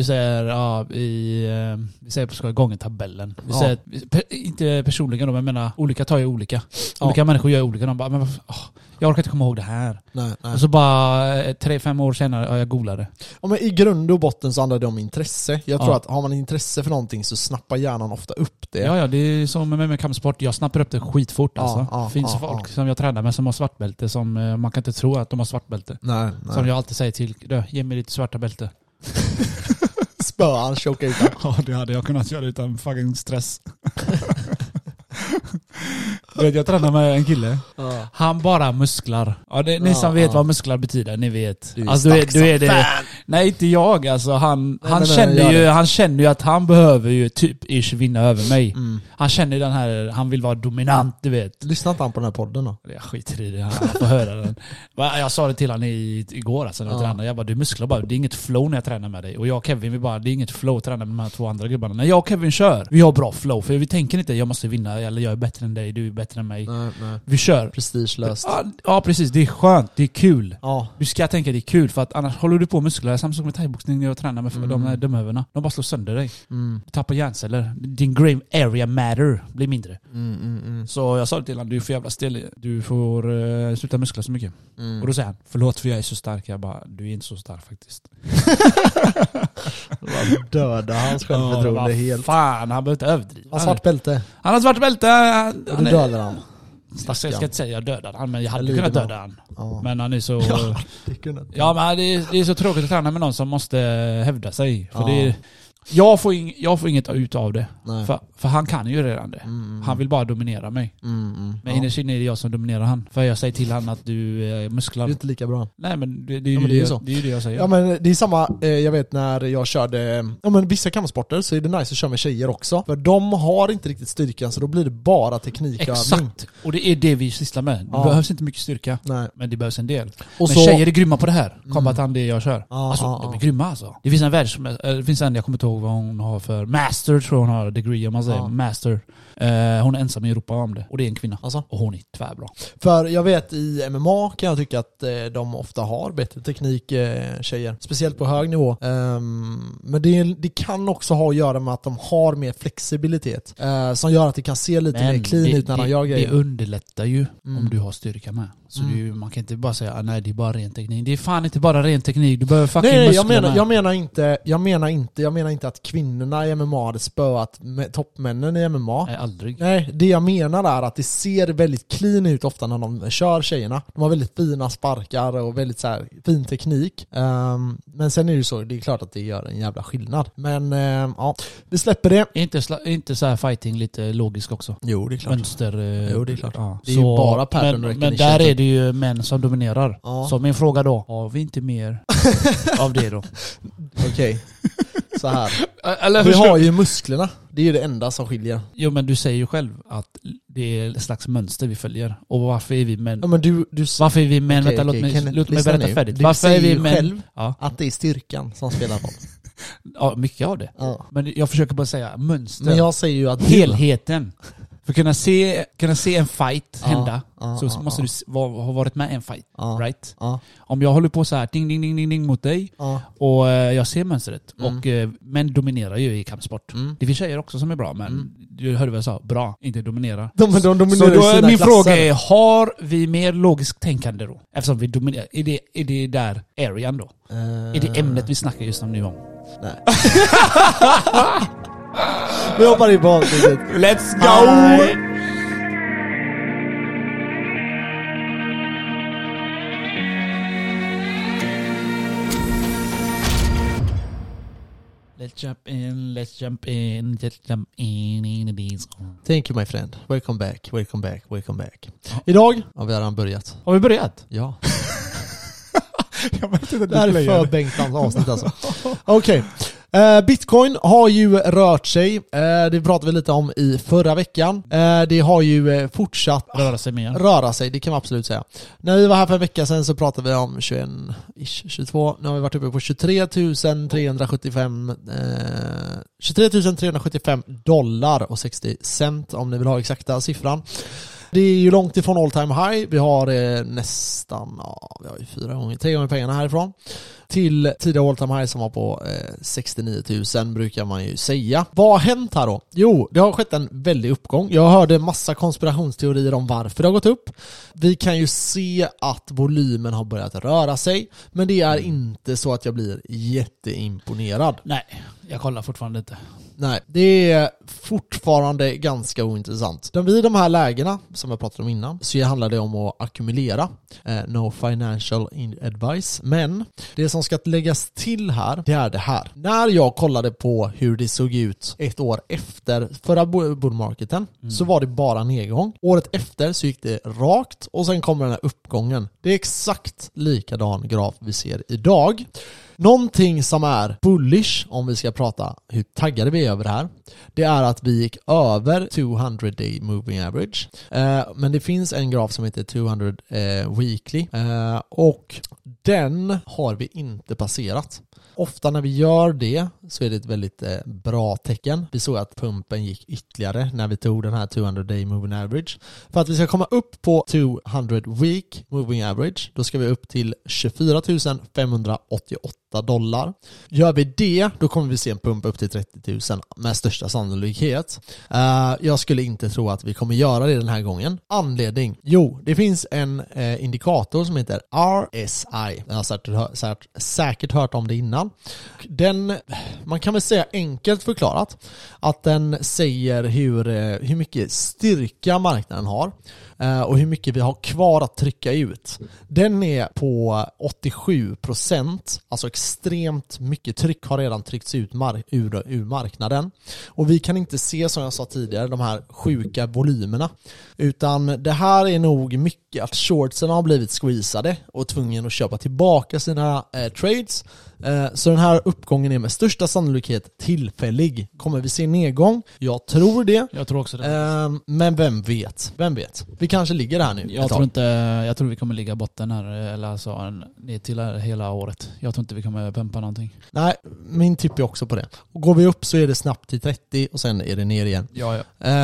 säger på gången tabellen. Vi säger inte personligen då, men jag menar olika tar ju olika. Olika människor gör olika. De bara, jag orkar inte komma ihåg det här. Nej. Och så bara 3-5 år senare jag googlade. Ja, men i grund och botten så handlar det om intresse. Jag tror att har man intresse för någonting så snappar hjärnan ofta upp det. Ja, det är som med kampsport. Jag snappar upp det skitfort alltså. Det finns folk som jag tränar med som har svartbälte som man kan inte tro att de har svartbälte. Nej. Som jag alltid säger till, ge mig lite svarta bälte. Spöan, choka utan. Ja, det hade jag kunnat göra utan fucking stress. Jag tränar med en kille. Han bara musklar. Ja, ni som vet vad musklar betyder, ni vet. Du är alltså, du är det. Nej, inte jag. Alltså, han känner ju att han behöver ju typ vinna över mig. Han känner den här, han vill vara dominant, du vet. Lyssnar inte han på den här podden då? Jag skiter i det, han får höra den. Jag sa det till honom igår alltså, när jag tränade. Jag bara, du musklar bara, det är inget flow när jag tränar med dig. Och jag och Kevin, det är inget flow att träna med de här 2 andra gubbarna. När jag och Kevin kör, vi har bra flow. För vi tänker inte, jag måste vinna, eller jag är bättre än dig, du är bättre än mig. Nej. Vi kör. Prestigelöst. Ja, precis. Det är skönt, det är kul. Ja. Du ska tänka det är kul, för att annars håller du på muskler. Samma sak med thaiboxning när jag tränar med de här dumöverna. De bara slår sönder dig. Du tappar hjärnceller. Din grave area matter blir mindre. Så jag sa det till honom, du är för jävla stel. Du får sluta muskla så mycket. Och då säger han, förlåt för jag är så stark. Jag bara, du är inte så stark faktiskt. Döda hans självförtroende helt. Fan, han behöver inte överdriva. Han har svart bälte. Han har svart bälte. Och du dödade han. Jag ska inte säga jag dödade han, men jag hade kunnat döda han. Ja. Men han är så... Ja, men det är så tråkigt att träna med någon som måste hävda sig. För det är... Jag får inget ut av det. För han kan ju redan det. Han vill bara dominera mig. Men innerst inne är det jag som dominerar han. För jag säger till han att du är musklar. Det är inte lika bra. Nej, men det är ju det jag säger. Ja, men det är samma, jag vet när jag körde vissa kampsporter så är det nice att köra med tjejer också. För de har inte riktigt styrkan, så då blir det bara teknikövning. Exakt. Och det är det vi sysslar med. Det behövs inte mycket styrka. Nej. Men det behövs en del. Och men tjejer är grymma på det här. Kombatant det jag kör. Alltså, de är grymma alltså. Det finns en det finns en, jag kommer inte ihåg vad hon har för master, tror hon har degree om man säger. Master. Hon är ensam i Europa om det. Och det är en kvinna. Alltså. Och hon är tvärbra. För jag vet i MMA kan jag tycka att de ofta har bättre teknik, tjejer. Speciellt på hög nivå. Men det kan också ha att göra med att de har mer flexibilitet. Som gör att det kan se lite mer clean ut när de gör grejer. Det underlättar ju om du har styrka med. Så man kan inte bara säga nej, det är bara ren teknik. Det är fan inte bara ren teknik. Du behöver fucking musklerna. Jag menar inte att kvinnorna i MMA hade spöat toppmännen i MMA. Nej, aldrig. Nej, det jag menar är att det ser väldigt clean ut ofta när de kör tjejerna. De har väldigt fina sparkar och väldigt så här fin teknik. Men sen är det ju så, det är klart att det gör en jävla skillnad. Men vi släpper det. Inte så här fighting lite logisk också. Jo, det är klart. Mönster. Jo, det är klart. Ja. Det är ju bara pattern recognition. Men där är det ju män som dominerar. Ja. Så min fråga då, har vi inte mer av det då? Okej. Så här. Vi har ju musklerna. Det är ju det enda som skiljer. Jo, men du säger ju själv att det är ett slags mönster vi följer. Och varför är vi män? Ja, men varför är vi män? Vänta, låt mig berätta färdigt. Varför är vi män? Själv att det är styrkan som spelar roll. Ja, mycket av det. Ja. Men jag försöker bara säga mönster. Men jag säger ju att helheten. För att kunna se en fight hända så måste du ha varit med i en fight, right? Om jag håller på så här ding ding ding ding ding mot dig och jag ser mönstret och män dominerar ju i kampsport. Det finns tjejer också som är bra, men du hörde vad jag sa, bra, inte dominera. De dominerar så då är min klasser. fråga är, har vi mer logiskt tänkande då? Eftersom vi dominerar, är det där arean då? Är det ämnet vi snackar just om nu om? Nej. Vi hoppar i bakhuvudet. Let's go! Let's jump in these. Thank you my friend. Welcome back. Idag har vi redan börjat. Har vi börjat? Ja. Jag vet inte, det här är för Bengtans avsnitt alltså. Okej. Bitcoin har ju rört sig. Det pratade vi lite om i förra veckan. Det har ju fortsatt röra sig, det kan man absolut säga. När vi var här för en vecka sedan så pratade vi om 22. Nu har vi varit uppe på 23 375 dollar och 60 cent om ni vill ha exakta siffran. Det är ju långt ifrån all time high. Vi har nästan, vi har ju 3 gånger pengarna härifrån. Till tidigare all time high som var på 69 000 brukar man ju säga. Vad har hänt här då? Jo, det har skett en väldig uppgång. Jag hörde massa konspirationsteorier om varför det har gått upp. Vi kan ju se att volymen har börjat röra sig. Men det är inte så att jag blir jätteimponerad. Nej, jag kollar fortfarande inte. Nej, det är fortfarande ganska ointressant. Vid de här lägena som jag pratade om innan så handlar det om att ackumulera. No financial advice. Men det som ska läggas till här, det är det här. När jag kollade på hur det såg ut ett år efter förra bullmarketen så var det bara nedgång. Året efter så gick det rakt och sen kommer den här uppgången. Det är exakt likadan graf vi ser idag. Någonting som är bullish, om vi ska prata hur taggade vi är över det här, det är att vi gick över 200 day moving average. Men det finns en graf som heter 200 weekly och den har vi inte passerat. Ofta när vi gör det så är det ett väldigt bra tecken. Vi såg att pumpen gick ytterligare när vi tog den här 200 day moving average. För att vi ska komma upp på 200 week moving average, då ska vi upp till 24 588 dollar. Gör vi det, då kommer vi se en pump upp till 30 000 med största sannolikhet. Jag skulle inte tro att vi kommer göra det den här gången. Anledning? Jo, det finns en indikator som heter RSI. Jag har säkert hört om det innan. Man kan väl säga enkelt förklarat att den säger hur mycket styrka marknaden har och hur mycket vi har kvar att trycka ut. Den är på 87%, alltså extremt mycket tryck har redan tryckts ut ur marknaden. Och vi kan inte se, som jag sa tidigare, de här sjuka volymerna. Utan det här är nog mycket att shortsen har blivit squeezade och tvungen att köpa tillbaka sina trades. Så den här uppgången är med största sannolikhet tillfällig. Kommer vi se nedgång? Jag tror det. Jag tror också det. Men vem vet? Vi kanske ligger här nu. Jag tror vi kommer ligga botten här, eller alltså ner till hela året. Jag tror inte vi kommer pumpa någonting. Nej, min tipp är också på det. Och går vi upp så är det snabbt till 30 och sen är det ner igen. Ja.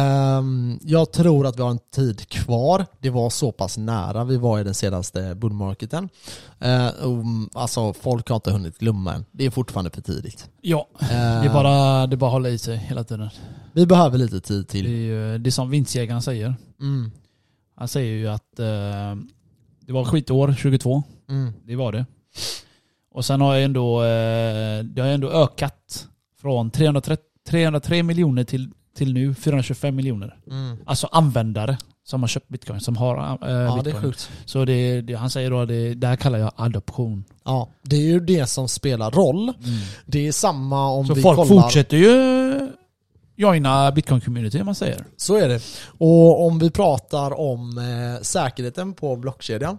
Jag tror att vi har en tid kvar. Det var så pass nära vi var i den senaste bullmarketen. Alltså folk har inte hunnit glömma än. Det är fortfarande för tidigt. Ja, det är bara att hålla i sig hela tiden. Vi behöver lite tid till. Det är som vinstjägaren säger. Han säger ju att det var skitår 22. Det var det. Och sen har det har ändå ökat från 303 miljoner till nu 425 miljoner. Alltså användare som har köpt bitcoin, som har bitcoin. Det är sjukt. Så han säger då, det här kallar jag adoption. Ja, det är ju det som spelar roll. Det är samma om så vi folk kollar. Fortsätter ju joina bitcoin-community, man säger. Så är det. Och om vi pratar om säkerheten på blockkedjan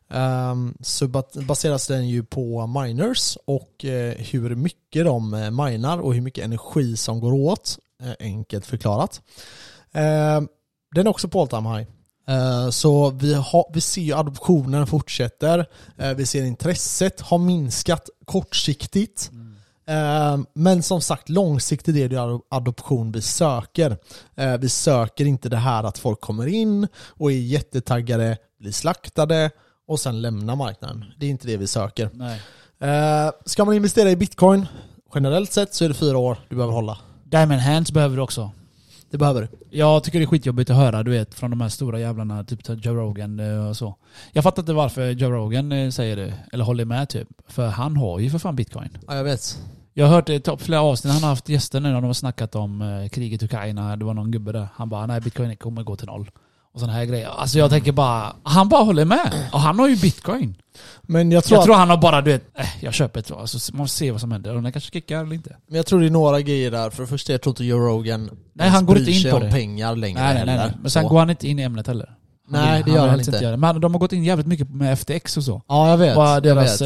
så baseras den ju på miners och hur mycket de minar och hur mycket energi som går åt, enkelt förklarat. Den är också på all time high. Så vi ser ju adoptionen fortsätter. Vi ser intresset har minskat kortsiktigt. Men som sagt, långsiktigt är det adoption vi söker. Vi söker inte det här att folk kommer in och är jättetaggade, blir slaktade och sen lämnar marknaden. Det är inte det vi söker. Nej. Ska man investera i bitcoin, generellt sett så är det 4 år du behöver hålla. Diamond hands behöver du också. Det behöver du. Jag tycker det är skitjobbigt att höra, du vet, från de här stora jävlarna, typ Joe Rogan och så. Jag fattar inte varför Joe Rogan säger det, eller håller med typ. För han har ju för fan bitcoin. Ja, jag vet. Jag har hört det flera avsnitt, han har haft gäster nu när de har snackat om kriget i Ukraina. Det var någon gubbe där. Han bara, nej, bitcoin kommer gå till 0. Och sådana här grejer. Alltså jag tänker bara, han bara håller med. Och han har ju bitcoin. Men jag tror han har bara, du vet, jag köper ett, alltså man får se vad som händer. Och den kanske kickar eller inte. Men jag tror det är några grejer där. För det första, jag tror inte Joe Rogan han går inte in på det. Pengar längre. Nej. Men sen går han inte in i ämnet heller. Nej, det gör han inte. Men de har gått in jävligt mycket med FTX och så. Ja, jag vet. Vad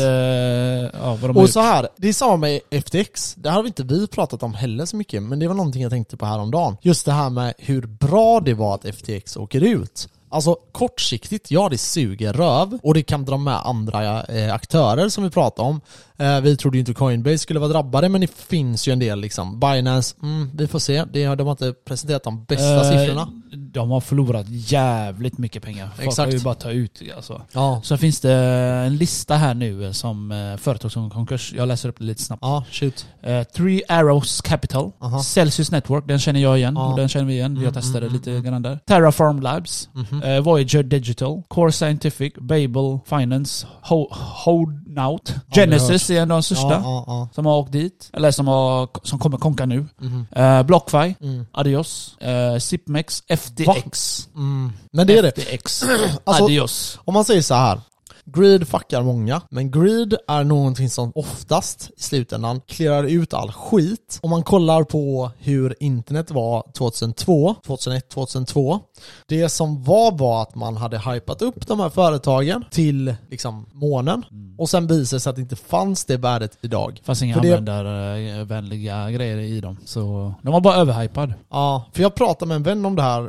de och så här, det är samma med FTX. Det har inte vi pratat om heller så mycket. Men det var någonting jag tänkte på häromdagen. Just det här med hur bra det var att FTX åker ut. Alltså kortsiktigt, ja, det suger röv och det kan dra med andra aktörer som vi pratar om. Vi trodde ju inte Coinbase skulle vara drabbade, men det finns ju en del liksom. Binance, vi får se. De har inte presenterat de bästa siffrorna. De har förlorat jävligt mycket pengar. Folk har ju bara ta ut alltså. Ja. Så finns det en lista här nu som företag som konkurs. Jag läser upp det lite snabbt. Ja, shoot. Three Arrows Capital, Celsius Network, den känner jag igen. Och den känner vi igen. Vi har testat det lite grann där. Terraform Labs, Voyager Digital, Core Scientific, Babel Finance, Hodnout, Genesis är en av de största som har åkt dit. Eller som kommer konka nu. BlockFi, Adios, Zipmex, FTX. Men det är det. FTX, alltså, Adios. Om man säger så här. Greed fuckar många, men greed är någonting som oftast i slutändan clearar ut all skit. Om man kollar på hur internet var 2001-2002. Det som var att man hade hypat upp de här företagen till liksom månen. Och sen visade det sig att det inte fanns det värdet idag. Det fanns inga användarvänliga grejer i dem. Så de var bara överhypad. Ja, för jag pratade med en vän om det här.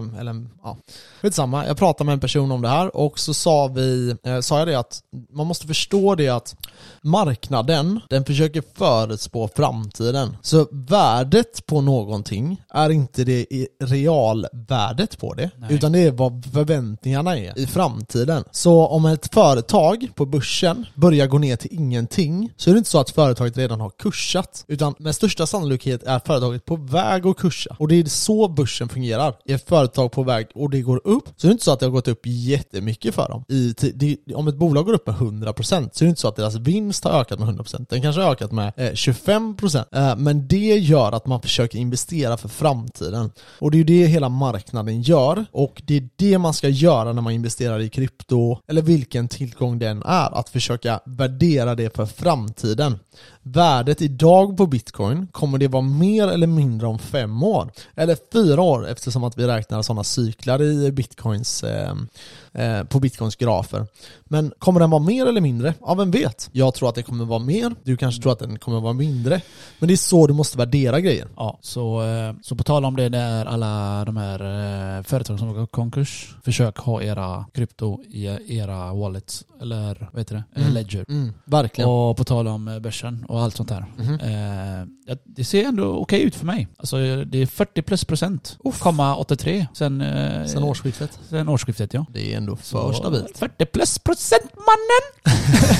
Jag pratade med en person om det här. Och så sa jag det att man måste förstå det att marknaden, den försöker förutspå framtiden. Så värdet på någonting är inte det realvärdet på det. Nej. Utan det är vad förväntningarna är i framtiden. Så om ett företag på börsen börjar gå ner till ingenting, så är det inte så att företaget redan har kursat. Utan med största sannolikhet är företaget på väg att kursa. Och det är så börsen fungerar. Är ett företag på väg och det går upp, så är det inte så att det har gått upp jättemycket för dem. Om ett bolag går upp med 100%, så är det inte så att deras vinst har ökat med 100%. Den kanske har ökat med 25%. Men det gör att man försöker investera för framtiden. Och det är ju det hela marknaden gör. Och det är det man ska göra när man investerar i krypto, eller vilken tillgång den är. Att försöka värdera det för framtiden. Värdet idag på Bitcoin, kommer det vara mer eller mindre om 5 år? Eller 4 år, eftersom att vi räknar sådana cyklar i Bitcoins på Bitcoins grafer. Men kommer den vara mer eller mindre? Ja, vem vet? Jag tror att det kommer vara mer. Du kanske tror att den kommer vara mindre. Men det är så du måste värdera grejer. Ja, så på tal om det, där alla de här företag som går konkurs, försök ha era krypto i era wallets, eller vad heter det? Ledger. Verkligen. Och på tal om börsen och allt sånt här. Det ser ändå okej ut för mig. Alltså det är 40+%. 83 sen årsskiftet. Sen årsskiftet, ja. Det är ändå för stabilt. 40+%, mannen!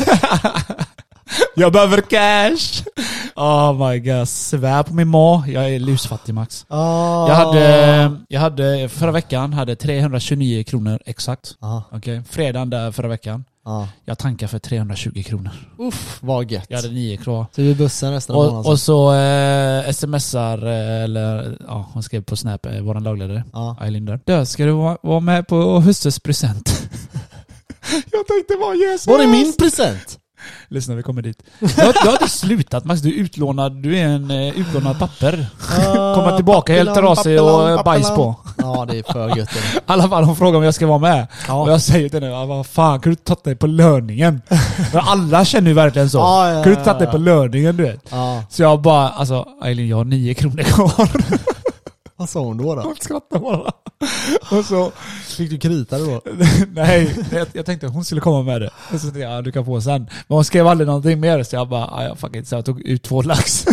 Jag behöver cash! Oh my god, svär på min ma. Jag är lusfattig, Max. Jag hade förra veckan hade 329 kronor exakt. Okej. Fredagen där förra veckan. Jag tankade för 320 kronor. Vad gött. Jag hade 9 kvar. Så vi bussen resten av månaden. Och så smsar, eller hon skrev på Snap, våran lagledare, Eileen där. Ska du vara med på hustrus present? Jag tänkte, vad Jesus? Var är min present? Lyssna, vi kommer dit. Jag har inte slutat, Max. Du är en utlånad papper. Komma tillbaka helt trasig och bajs på. Ja, det är för gött. I alla fall, hon frågar om jag ska vara med. Och jag säger till henne, vad fan, kan du ta dig på löningen? Men alla känner ju verkligen så. Kan du ta dig på löningen, du vet? Så jag bara, alltså, Eileen, jag har 9 kronor kvar. Vad sa hon då? Hon skrattade bara. Och så fick du krita det då? Nej, jag tänkte att hon skulle komma med det. Och så tänkte jag, du kan få sen. Men hon skrev aldrig någonting mer, så jag bara, jag fuck it. Så jag tog ut 2 lax.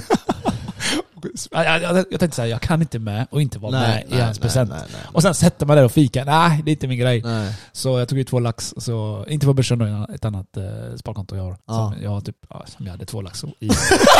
Jag tänkte så här, jag kan inte med och inte vara med i hans present. Nej. Och sen sätter man där och fika. Nej, det är inte min grej. Nej. Så jag tog ut 2 lax. Så, inte på börsen då, ett annat sparkonto jag har. Så jag har typ, som jag hade 2 lax i.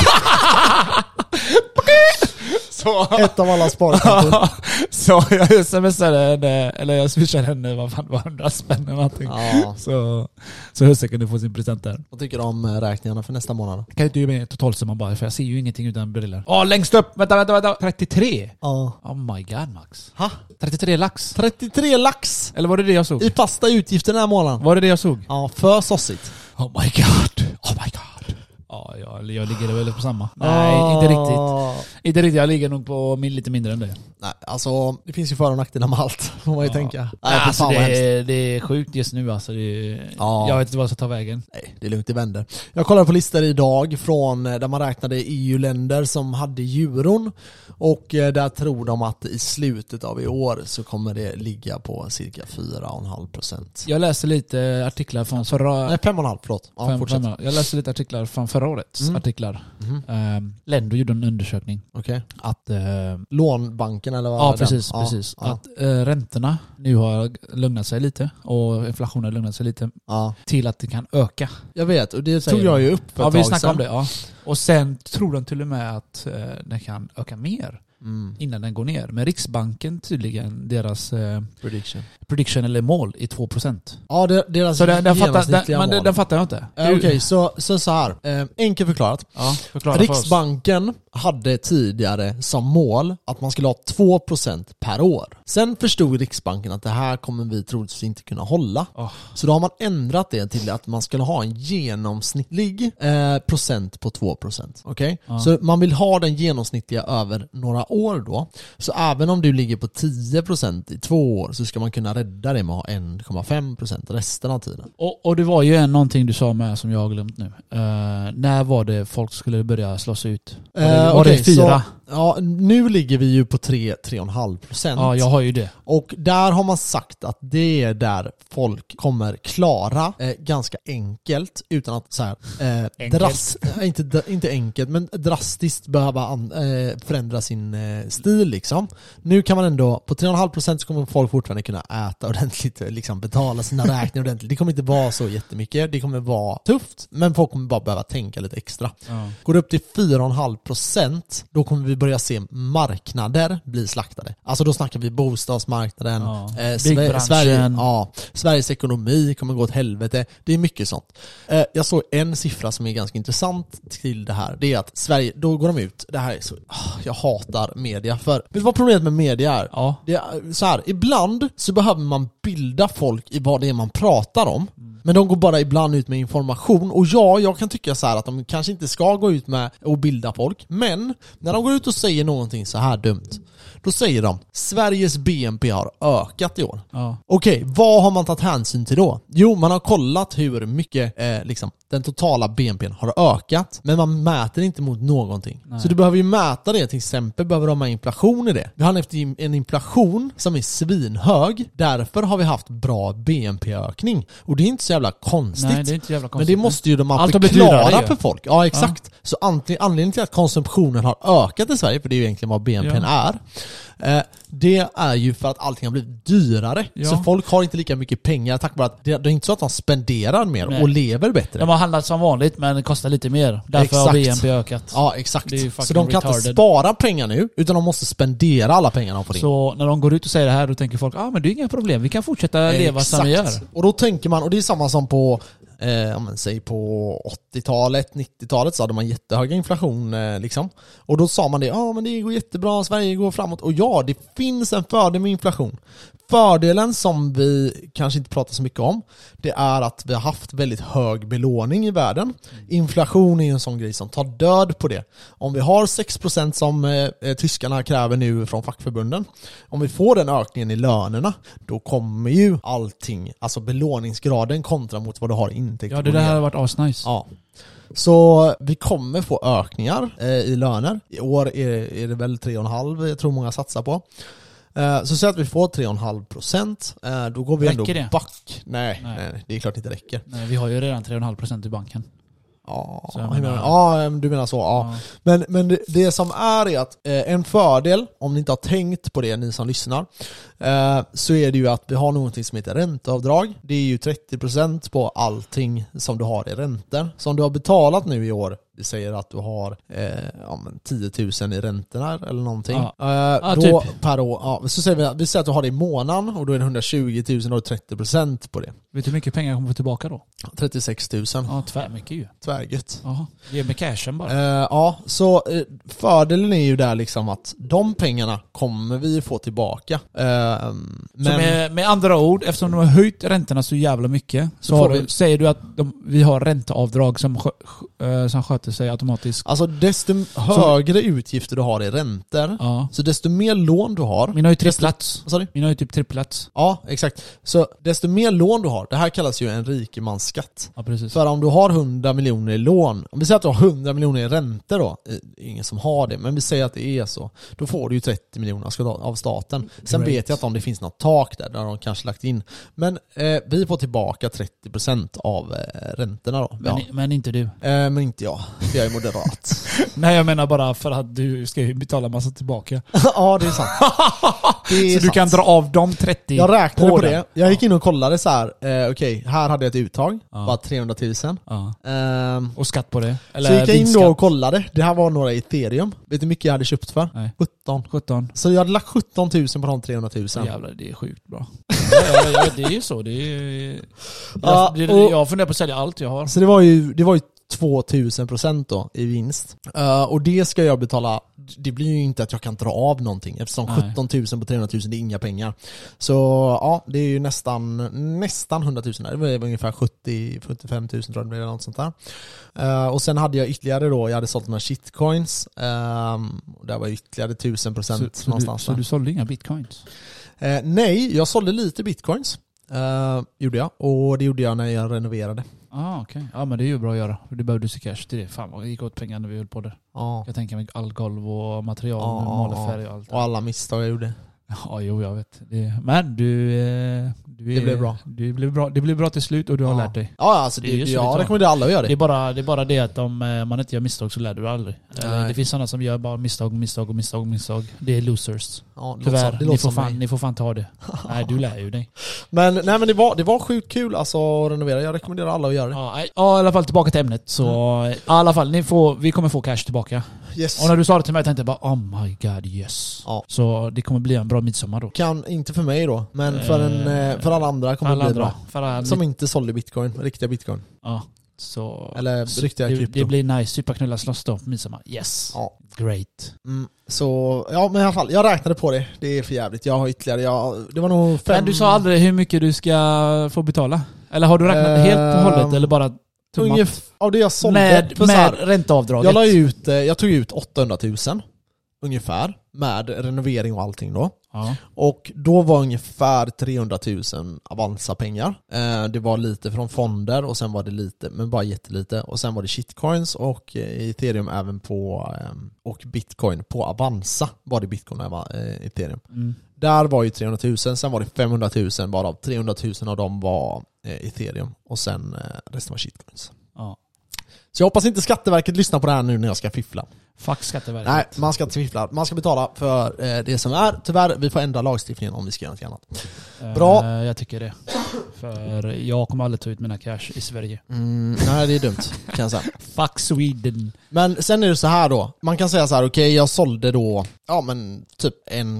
Så. Ett av alla sparkonton. Så jag smsade henne, eller jag swishade henne, vad fan var 100 spänn eller någonting. Så husse kan du få sin present där. Vad tycker du om räkningarna för nästa månad? Kan inte ge mig totalsumman bara, för jag ser ju ingenting utan briller. Längst upp! Vänta. 33! Oh my god, Max. 33 lax. 33 lax! Eller var det jag såg? I fasta utgifter den här månaden. Var det jag såg? Ja, för sossigt. Oh my god. Ja, jag ligger väl på samma. Nej, inte riktigt. Jag ligger nog på lite mindre än det. Nej, alltså det finns ju för- och nackdelar med allt, får man ju tänka. Nej, alltså, det är sjukt just nu alltså. Jag vet inte vad jag ska ta vägen. Nej, det är lugnt, det vänder. Jag kollade på listor idag från där man räknade EU-länder som hade euron. Och där tror de att i slutet av i år så kommer det ligga på cirka 4,5%. Jag läser lite artiklar från förra... Nej, 5,5, förlåt. Ja, 5. Jag läser lite artiklar från förra årets artiklar. Lendo gjorde en undersökning. Okej. Att... lånbanken eller vad? Ja, precis. Att räntorna nu har lugnat sig lite och inflationen har lugnat sig lite till att det kan öka. Jag vet, och det tog jag ju upp för ett tag vi snackade om det, ja. Och sen tror de till och med att den kan öka mer innan den går ner. Men Riksbanken tydligen, deras prediction eller mål i 2%. Ja, deras så den fattar jag inte. Okej, så här. Enkelt förklarat. Ja, Riksbanken hade tidigare som mål att man skulle ha 2% per år. Sen förstod Riksbanken att det här kommer vi troligtvis inte kunna hålla. Så då har man ändrat det till att man skulle ha en genomsnittlig procent på 2%. Okej? Så man vill ha den genomsnittliga över några år då. Så även om du ligger på 10% i 2 år så ska man kunna rädda det med att ha 1,5% resten av tiden. Och det var ju någonting du sa med som jag har glömt nu. När var det folk skulle börja slås ut? Var det 4? Ja, nu ligger vi ju på 3,5%. Ja, jag har ju det. Och där har man sagt att det är där folk kommer klara ganska enkelt utan att så här, inte enkelt men drastiskt behöva förändra sin stil liksom. Nu kan man ändå på 3,5% så kommer folk fortfarande kunna äta ordentligt, liksom betala sina räkningar ordentligt. Det kommer inte vara så jättemycket, det kommer vara tufft, men folk kommer bara behöva tänka lite extra. Går det upp till 4,5%, då kommer vi börja se marknader bli slaktade. Alltså då snackar vi bostadsmarknaden, Sveriges ekonomi kommer gå åt helvete. Det är mycket sånt. Jag såg en siffra som är ganska intressant till det här. Det är att Sverige, då går de ut, det här är så, jag hatar media. För, vet du vad problemet med media är? Ja. Det är så här, ibland så behöver man bilda folk i vad det är man pratar om. Men de går bara ibland ut med information. Och jag kan tycka så här att de kanske inte ska gå ut med och bilda folk. Men när de går ut och säger någonting så här dumt, då säger de Sveriges BNP har ökat i år. Okej, vad har man tagit hänsyn till då? Jo, man har kollat hur mycket liksom, den totala BNPn har ökat. Men man mäter inte mot någonting. Nej. Så du behöver ju mäta det. Till exempel behöver de ha inflation i det. Vi har en inflation som är svinhög. Därför har vi haft bra BNP-ökning. Och det är inte så jävla konstigt. Nej, det är inte jävla konstigt. Men det måste ju de alltid förklara för folk. Ja, exakt. Ja. Så anledningen till att konsumtionen har ökat i Sverige, för det är ju egentligen vad BNPn är, det är ju för att allting har blivit dyrare. Så folk har inte lika mycket pengar tack vare att det är inte så att de spenderar mer och lever bättre. De har handlat som vanligt men det kostar lite mer. Därför har BNP ökat. Ja, exakt. Så de kan inte spara pengar nu utan de måste spendera alla pengarna på det. Så när de går ut och säger det här då tänker folk men det är inga problem. Vi kan fortsätta leva som vi gör. Och då tänker man, och det är samma som på säg på 80-talet, 90-talet så hade man jättehöga inflation liksom. Och då sa man det, men det går jättebra, Sverige går framåt. Och ja, det finns en fördel med inflation. Fördelen som vi kanske inte pratar så mycket om, det är att vi har haft väldigt hög belåning i världen. Inflation är en sån grej som tar död på det. Om vi har 6% som tyskarna kräver nu från fackförbunden, om vi får den ökningen i lönerna, då kommer ju allting, alltså belåningsgraden kontra mot vad du har intäkt. Ja, det där har varit asnice. Ja. Så vi kommer få ökningar i löner. I år är det väl 3,5 jag tror många satsar på. Så säg att vi får 3,5%, då går vi ändå back. Nej, det är klart inte räcker. Nej, vi har ju redan 3,5% i banken. Ja, du menar så. Ja. Men det som är att en fördel, om ni inte har tänkt på det ni som lyssnar, så är det ju att vi har någonting som heter ränteavdrag. Det är ju 30% på allting som du har i räntor. Som du har betalat nu i år, det säger att du har 10 000 i räntorna eller någonting. Då typ. Per år. Ja, så säger vi säger att du har det i månaden och då är det 120 000 och 30% på det. Vet du hur mycket pengar jag kommer få tillbaka då? 36 000. Ja, tvärmycket ju. Tvärgött. Jaha, ge mig cashen bara. Så fördelen är ju där liksom att de pengarna kommer vi få tillbaka. Men så med andra ord, eftersom de har höjt räntorna så jävla mycket så säger du att vi har ränteavdrag som sköter sig automatiskt. Alltså desto högre utgifter du har i räntor, så desto mer lån du har. Mina har ju tripplats. Mina har ju typ tripplats. Ja, exakt. Så desto mer lån du har, det här kallas ju en rikemansskatt. Ja, precis. För om du har 100 miljoner i lån, om vi säger att du har 100 miljoner i räntor då, ingen som har det, men vi säger att det är så, då får du ju 30 miljoner av staten. Sen vet jag att om det finns något tak där de kanske lagt in. Men vi får tillbaka 30% av räntorna då. Men inte du. Men inte jag. Jag är moderat. Nej, jag menar bara för att du ska ju betala massa tillbaka. Ja, det är sant. Det är så sant. du kan dra av de 30 Jag räknade på den. det. Jag gick in och kollade så här. Okej, här hade jag ett uttag. Ja. Bara 300 000. Ja. Ehm, Och skatt på det? Eller så gick jag in då vinstskatt? och kollade. Det här var några ethereum. Vet du hur mycket jag hade köpt för? Nej. 17. 17. Så jag hade lagt 17 000 på de 300 000. Jävlar, det är sjukt bra. Ja, det är ju så. Det är, Ja, jag funderar på att sälja allt jag har. Så det var ju 2000% då i vinst. Och det ska jag betala. Det blir ju inte att jag kan dra av någonting eftersom Nej. 17 000 på 300 000 det är inga pengar. Så ja, det är ju nästan 100 000 där. Det var ungefär 75 000 tror jag det blev, något sånt där. Och sen hade jag ytterligare då, jag hade sålt några shitcoins. Där var ytterligare 1000% någonstans. Så du sålde inga bitcoins? Nej, jag sålde lite bitcoins. Gjorde jag. Och det gjorde jag när jag renoverade. Okej. Ja, men det är ju bra att göra. Du behövde se cash till det. Fan vad det gick åt pengar när vi höll på det. Ja. Jag tänker mig all golv och material, målarfärg och allt. Och alla misstag jag gjorde. Ja, jo, jag vet. Men du Det blev bra. Det blev bra till slut och du har lärt dig. Ja, alltså Det är ju så jag det rekommenderar alla att göra Det det. är bara det att om man inte gör misstag så lär du aldrig. Det finns sådana som gör bara misstag. Det är losers. Ja, Tyvärr, ni får fan ta det. Nej, du lär ju dig. Men det var sjukt kul alltså att renovera. Jag rekommenderar alla att göra det. Ja, i alla fall tillbaka till ämnet. Så i alla fall, vi kommer få cash tillbaka. Yes. Och när du sa det till mig tänkte jag bara oh my god yes. Ja. Så det kommer bli en bra midsommar då. Inte för mig då, men för alla andra kommer det bli bra. Som inte sålde bitcoin, riktiga bitcoin. Ja. Så Eller riktiga krypto. Det blir nice, superknulla slåss då på midsommar. Yes. Ja. Great. Så, ja men i alla fall, jag räknade på det. Det är för jävligt. Jag har ytterligare, det var nog 5... Men du sa aldrig hur mycket du ska få betala? Eller har du räknat helt och hållet eller bara av det jag sålde med ränteavdraget? Jag tog ut 800 000 ungefär med renovering och allting då. Ja. Och då var ungefär 300 000 Avanza-pengar. Det var lite från fonder och sen var det lite, men bara jättelite. Och sen var det shitcoins och ethereum även på och bitcoin på Avanza var det bitcoin och ethereum. Där var ju 300 000, sen var det 500 000 bara av 300 000 av dem var ethereum och sen resten var shitcoins. Ja. Så jag hoppas inte Skatteverket lyssnar på det här nu när jag ska fiffla. Fuck Skatteverket. Nej, man ska inte fiffla. Man ska betala för det som är. Tyvärr, vi får ändra lagstiftningen om vi ska göra något annat. Bra. Jag tycker det. För jag kommer aldrig ta ut mina cash i Sverige. Nej, det är dumt kan jag säga. Fuck Sweden. Men sen är det så här då. Man kan säga så här, okej, jag sålde då typ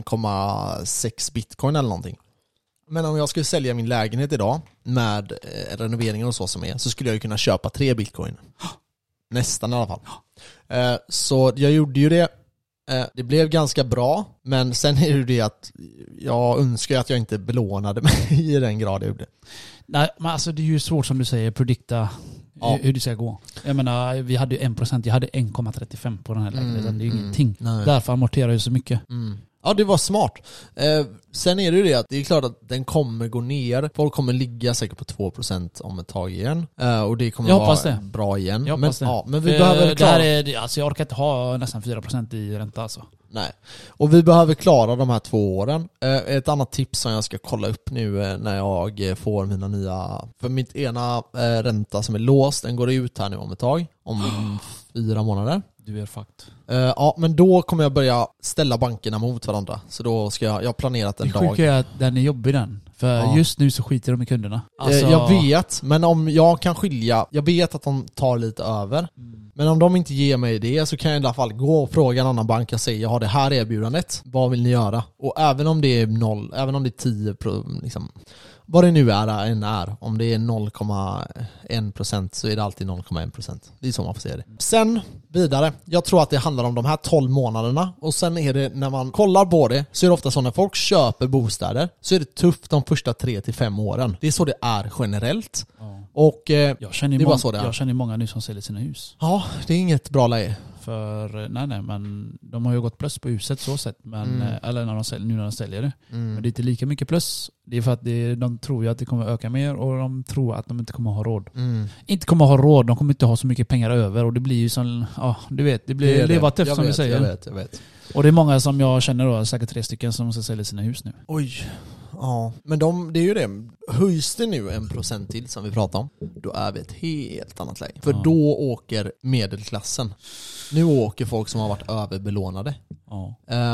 1,6 bitcoin eller någonting. Men om jag skulle sälja min lägenhet idag med renoveringen och så som är, så skulle jag ju kunna köpa 3 bitcoin. Nästan i alla fall. Så jag gjorde ju det. Det blev ganska bra, men sen är det ju det att jag önskar att jag inte belånade mig i den grad jag gjorde. Nej, men alltså det är ju svårt som du säger, predikta hur det ska gå. Jag menar, vi hade ju 1%, jag hade 1,35 på den här lägenheten. Det är ju ingenting. Nej. Därför amorterar jag så mycket. Ja, det var smart. Sen är det ju det att det är klart att den kommer gå ner. Folk kommer ligga säkert på 2% om ett tag igen. Och det kommer vara bra igen. Jag hoppas det. Men vi behöver klara... jag orkar inte ha nästan 4% i ränta alltså. Nej. Och vi behöver klara de här 2 åren. Ett annat tips som jag ska kolla upp nu när jag får mina nya... För mitt ena ränta som är låst, den går ut här nu om ett tag. Om 4 månader. Du är fucked. Ja, men då kommer jag börja ställa bankerna mot varandra. Så då ska jag har planerat en dag. Det sjuka är att den är jobbig den. För just nu så skiter de i kunderna. Alltså... Jag vet, men om jag kan skilja... Jag vet att de tar lite över. Men om de inte ger mig det så kan jag i alla fall gå och fråga en annan bank och säga jag har det här erbjudandet. Vad vill ni göra? Och även om det är 0, även om det är 10 liksom, vad det nu är, om det är 0,1% så är det alltid 0,1%. Det är så man får se det. Sen vidare, jag tror att det handlar om de här 12 månaderna. Och sen är det, när man kollar på det, så är det ofta så när folk köper bostäder så är det tufft de första 3-5 åren. Det är så det är generellt. Och jag känner många nu som säljer sina hus. Ja, det är inget bra läge. För nej, men de har ju gått plus på huset så sett, men eller när de säljer det. Men det är inte lika mycket plus. Det är för att de tror ju att det kommer öka mer och de tror att de inte kommer ha råd. Inte kommer ha råd, de kommer inte ha så mycket pengar över och det blir ju som, du vet, det blir leva tufft som vi säger. Jag vet. Och det är många som jag känner då, säkert 3 stycken som ska sälja sina hus nu. Oj. Ja, men det är ju det. Höjs det nu 1% till som vi pratar om, då är vi ett helt annat läge. För då åker medelklassen. Nu åker folk som har varit överbelånade.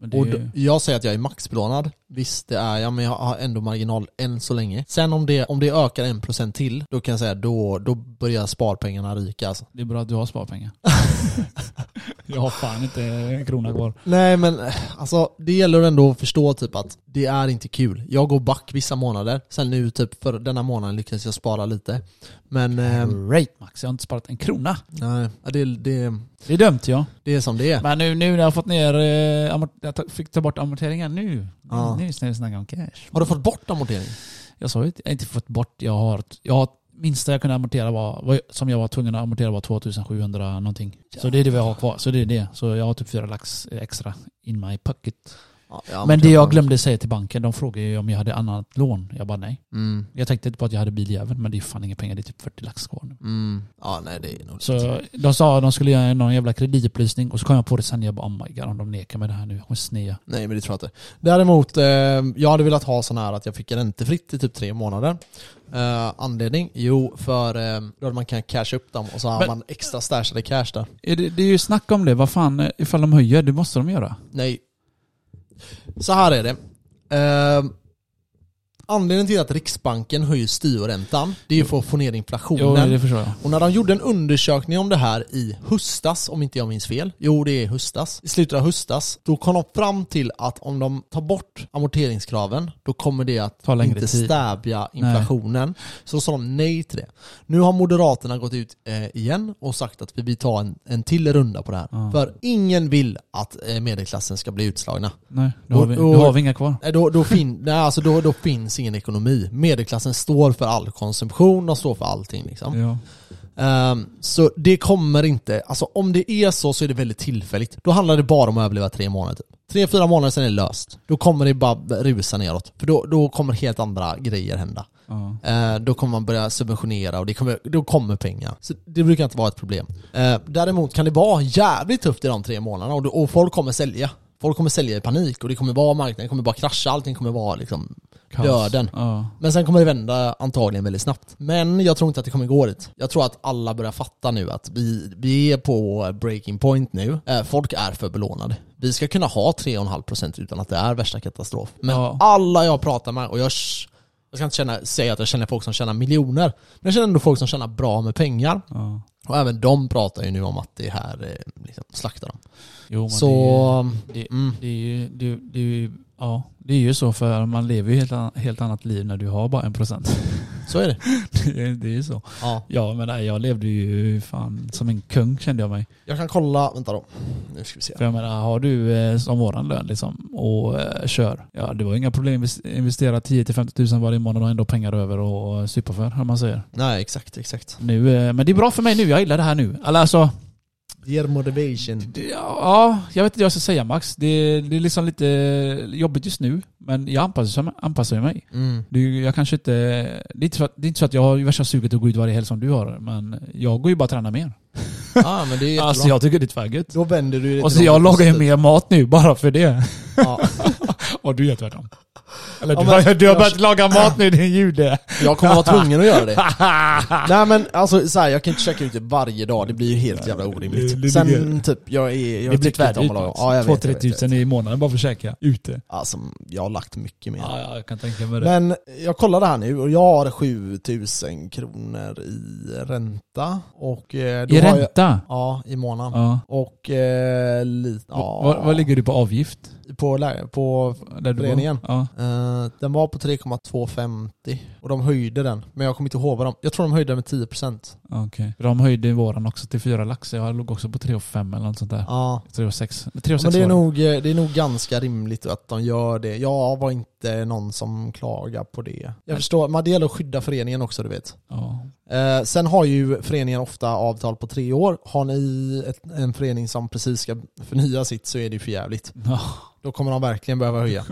Men det är ju... Jag säger att jag är maxbelånad. Visst det är jag, men jag har ändå marginal än så länge. Sen om det ökar 1% till, då kan jag säga då börjar sparpengarna ryka alltså. Det är bra att du har sparpengar. Jag har fan inte en krona kvar. Nej men alltså det gäller ändå att förstå typ att det är inte kul. Jag går back vissa månader. Sen nu typ för denna månaden lyckas jag spara lite. Men Great Max, jag har inte sparat en krona. nej, det är dömt ja. Det är som det är. Men nu när jag har fått ner jag fick ta bort amorteringen nu. Ja. Nu snälla snacka om cash. Har du fått bort amortering? Jag sa ju jag har inte fått bort. Jag har minsta jag kunde amortera var som jag var tvungen att amortera var 2700 någonting. Så det är det vi har kvar. Så det är det. Så jag har typ 4 lax extra in my pocket. Ja, men det jag glömde säga till banken, de frågade ju om jag hade annat lån. Jag bara nej. Jag tänkte inte på att jag hade biljäveln, men det är fan inga pengar, det är typ 40 lax kvar nu. Ja, nej det är nog. Så de sa att de skulle göra någon jävla kreditupplysning och så kom jag på det sen. Jag bara oh my god, om de nekar med det här nu, jag kommer snea. Nej men det tror jag inte. Däremot, jag hade velat ha sån här att jag fick räntefritt i typ 3 månader. Anledning? Jo, för då man kan casha upp dem och så har man extra stashade cash där. Det är ju snack om det, vad fan, ifall de höjer, det måste de göra. Nej. Så här är det. Anledningen till att Riksbanken höjer styrräntan, det är ju för att få ner inflationen. Jo, det förstår jag. Och när de gjorde en undersökning om det här i höstas, om inte jag minns fel. Jo, det är höstas. I slutet av höstas, då kom de fram till att om de tar bort amorteringskraven, då kommer det att inte stävja inflationen. Nej. Så då sa de nej till det. Nu har Moderaterna gått ut igen och sagt att vi vill ta en till runda på det här. För ingen vill att medelklassen ska bli utslagna. Nej, då har vi inga kvar. Då finns ingen ekonomi. Medelklassen står för all konsumtion och står för allting liksom. Ja. Så det kommer inte, alltså om det är så är det väldigt tillfälligt. Då handlar det bara om att överleva 3 månader typ. 3-4 månader sen är det löst. Då kommer det bara rusa neråt. För då kommer helt andra grejer hända. Då kommer man börja subventionera och då kommer pengar. Så det brukar inte vara ett problem. Däremot kan det vara jävligt tufft i de 3 månaderna och folk kommer sälja. Folk kommer sälja i panik och det kommer vara marknaden, kommer bara krascha, allting kommer vara liksom döden. Men sen kommer det vända antagligen väldigt snabbt. Men jag tror inte att det kommer gå dit. Jag tror att alla börjar fatta nu att vi är på breaking point nu. Folk är för belånade. Vi ska kunna ha 3,5% utan att det är värsta katastrof. Men alla jag pratar med, och jag ska inte säga att jag känner folk som tjänar miljoner, men jag känner ändå folk som tjänar bra med pengar. Och även de pratar ju nu om att det här liksom slaktar dem. Jo, men så det är ju så, för man lever ju helt annat liv när du har bara 1%. Så är det. Det är ju så. Ja, men nej, jag levde ju fan som en kung, kände jag mig. Jag kan kolla, vänta då. Nu ska vi se. För jag menar, har du som våran lön liksom och kör. Ja, det var inga problem att investera 10-50 000 varje månad och ändå pengar över och supa för, hur man säger. Nej, exakt. Nu, men det är bra för mig nu, jag gillar det här nu. Alltså ger motivation. Ja, jag vet inte vad jag ska säga Max. Det är liksom lite jobbigt just nu, men jag anpassar mig. Jag kanske inte, det är inte så att jag har värsta suget att gå ut varje helg som du har, men jag går ju bara träna mer. Men det är alltså jag tycker det är tvärgött. Då vänder du det. Och så jag lagar ju mer mat nu bara för det. Och du gör tvärtom. Eller du har börjat laga mat nu, din jude. Jag kommer vara tvungen att göra det. Nej men alltså så här, jag kan inte checka ut det varje dag. Det blir ju helt jävla orimligt. Sen typ jag det blir tvärtom. 2-3 tusen i månaden bara för att käka ute. Alltså jag har lagt mycket mer. Ja, jag kan tänka mig det. Men jag kollade här nu och jag har 7 000 kronor i ränta. Och då i ränta? Ja, i månaden. Och lite. Vad ligger du på avgift? På föreningen. Den var på 3,250 och de höjde den. Men jag kommer inte ihåg vad jag tror de höjde den med 10%. Okej. De höjde våran också till 4 lax. Jag låg också på 3,5 eller något sånt där. 3,6. Men det är nog ganska rimligt att de gör det. Jag var inte någon som klagar på det. Jag förstår, men det gäller att skydda föreningen också, du vet. Sen har ju föreningen ofta avtal på 3 år. Har ni en förening som precis ska förnya sitt så är det för jävligt. Då kommer de verkligen behöva höja.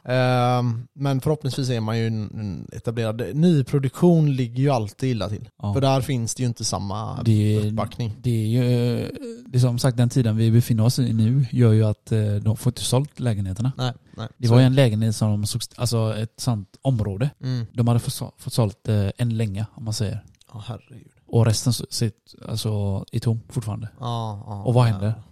Men förhoppningsvis är man ju en etablerad. Nyproduktion ligger ju alltid illa till. För där finns det ju inte samma uppbackning. Det är ju det är som sagt den tiden vi befinner oss i nu gör ju att de får inte sålt lägenheterna. Nej. Det var ju en lägenhet som de såg, alltså ett sånt område. De hade fått sålt en länge om man säger. Herregud. Och resten sitter alltså i tom fortfarande. Och vad händer?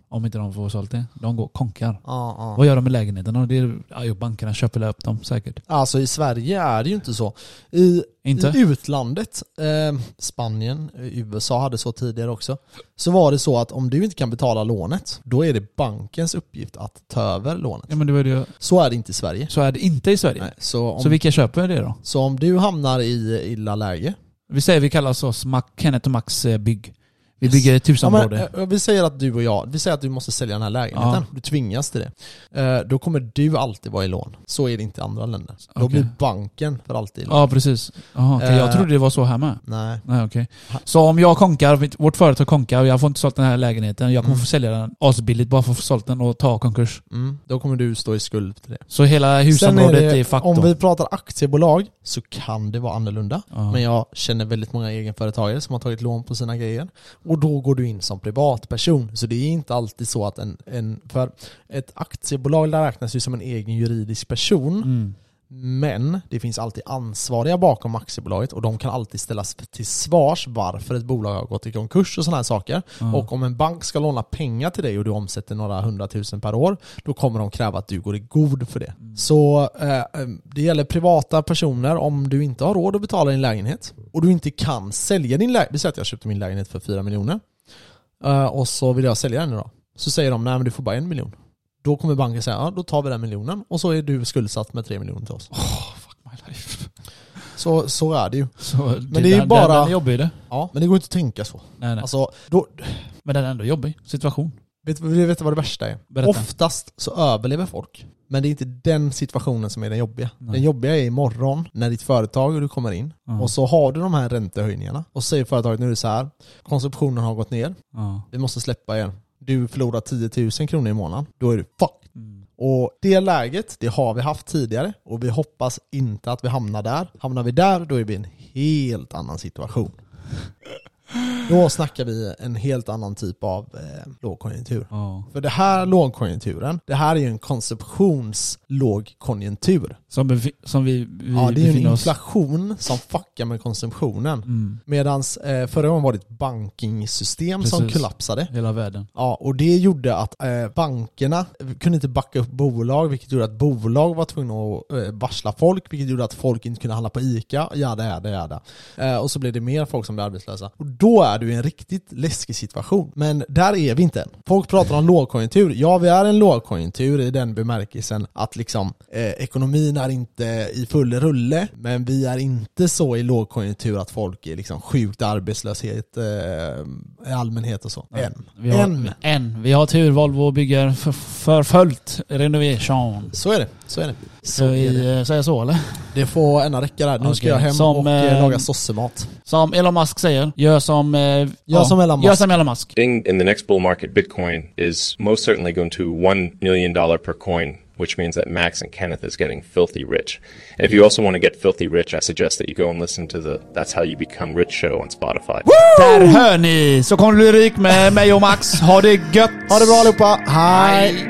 Om inte de får sålt det. De går konkar. Ja. Vad gör de med lägenheterna? Bankerna köper upp dem säkert. Alltså i Sverige är det ju inte så. I utlandet, Spanien, USA hade så tidigare också, så var det så att om du inte kan betala lånet, då är det bankens uppgift att ta över lånet. Ja, men det var det. Så är det inte i Sverige. Så är det inte i Sverige? Nej, så vilka köper det då? Så om du hamnar i illa läge. Vi kallar oss Kenneth och Max bygg. Vi bygger ett husområde. Ja, vi säger att du och jag, vi säger att du måste sälja den här lägenheten. Ja. Du tvingas till det. Då kommer du alltid vara i lån. Så är det inte i andra länder. Då blir banken för alltid i lån. Ja, precis. Okay. Jag trodde det var så här med. Nej, okay. Så om jag konkar, vårt företag konkar och jag får inte sålt den här lägenheten, jag kommer få sälja den asbilligt bara för att få sålt den och ta konkurs. Då kommer du stå i skuld till det. Så hela husområdet är faktor. Om vi pratar aktiebolag så kan det vara annorlunda. Men jag känner väldigt många egenföretagare som har tagit lån på sina grejer. Och då går du in som privatperson. Så det är inte alltid så att för ett aktiebolag räknas ju som en egen juridisk person. Men det finns alltid ansvariga bakom aktiebolaget och de kan alltid ställas till svars varför ett bolag har gått i konkurs och sådana här saker. Och om en bank ska låna pengar till dig och du omsätter några 100 000 per år, då kommer de kräva att du går i god för det. Så det gäller privata personer. Om du inte har råd att betala din lägenhet och du inte kan sälja din lägenhet. Vi säger att jag köpte min lägenhet för 4 miljoner och så vill jag sälja den då. Så säger de, nej men du får bara 1 miljon. Då kommer banken säga, ja då tar vi den miljonen och så är du skuldsatt med 3 miljoner till oss. Fuck my life. Så är det ju. Men det är ju bara... Den är jobbig det. Ja, men det går inte att tänka så. Nej. Alltså, men den är ändå jobbig situation. Vet du vad det värsta är? Berätta. Oftast så överlever folk. Men det är inte den situationen som är den jobbiga. Nej. Den jobbiga är imorgon när ditt företag och du kommer in. Och så har du de här räntehöjningarna. Och så säger företaget, nu är det så här. Konsumtionen har gått ner. Vi måste släppa er. Du förlorar 10 000 kronor i månaden. Då är du fucked. Och det läget, det har vi haft tidigare. Och vi hoppas inte att vi hamnar där. Hamnar vi där, då är vi i en helt annan situation. Då snackar vi en helt annan typ av lågkonjunktur. För det här lågkonjunkturen, det här är ju en konsumtionslågkonjunktur. Som vi ja, det är ju en inflation som fuckar med konsumtionen. Medans förra gången var det ett bankingsystem som kollapsade. Hela världen. Ja, och det gjorde att bankerna kunde inte backa upp bolag, vilket gjorde att bolag var tvungna att varsla folk, vilket gjorde att folk inte kunde handla på ICA. Jada. Och så blev det mer folk som blev arbetslösa. Och då är du i en riktigt läskig situation. Men där är vi inte än. Folk pratar om lågkonjunktur. Ja, vi är en lågkonjunktur i den bemärkelsen att liksom ekonomin är inte i full rulle, men vi är inte så i lågkonjunktur att folk är liksom sjukt arbetslöshet i allmänhet och så. Vi har tur, Volvo bygger för fullt renovation. Så är det. Säger så eller? Det får ena räcka där. Nu ska jag hem och laga sossemat. Som Elon Musk säger, gör som Elon Musk. In the next bull market, Bitcoin is most certainly going to $1 million per coin, which means that Max and Kenneth is getting filthy rich. And if you also want to get filthy rich, I suggest that you go and listen to the That's How You Become Rich show on Spotify. Woo! Där hör ni! Så kommer du bli rik med mig och Max. Ha det gött! Ha det bra allihopa! Hej!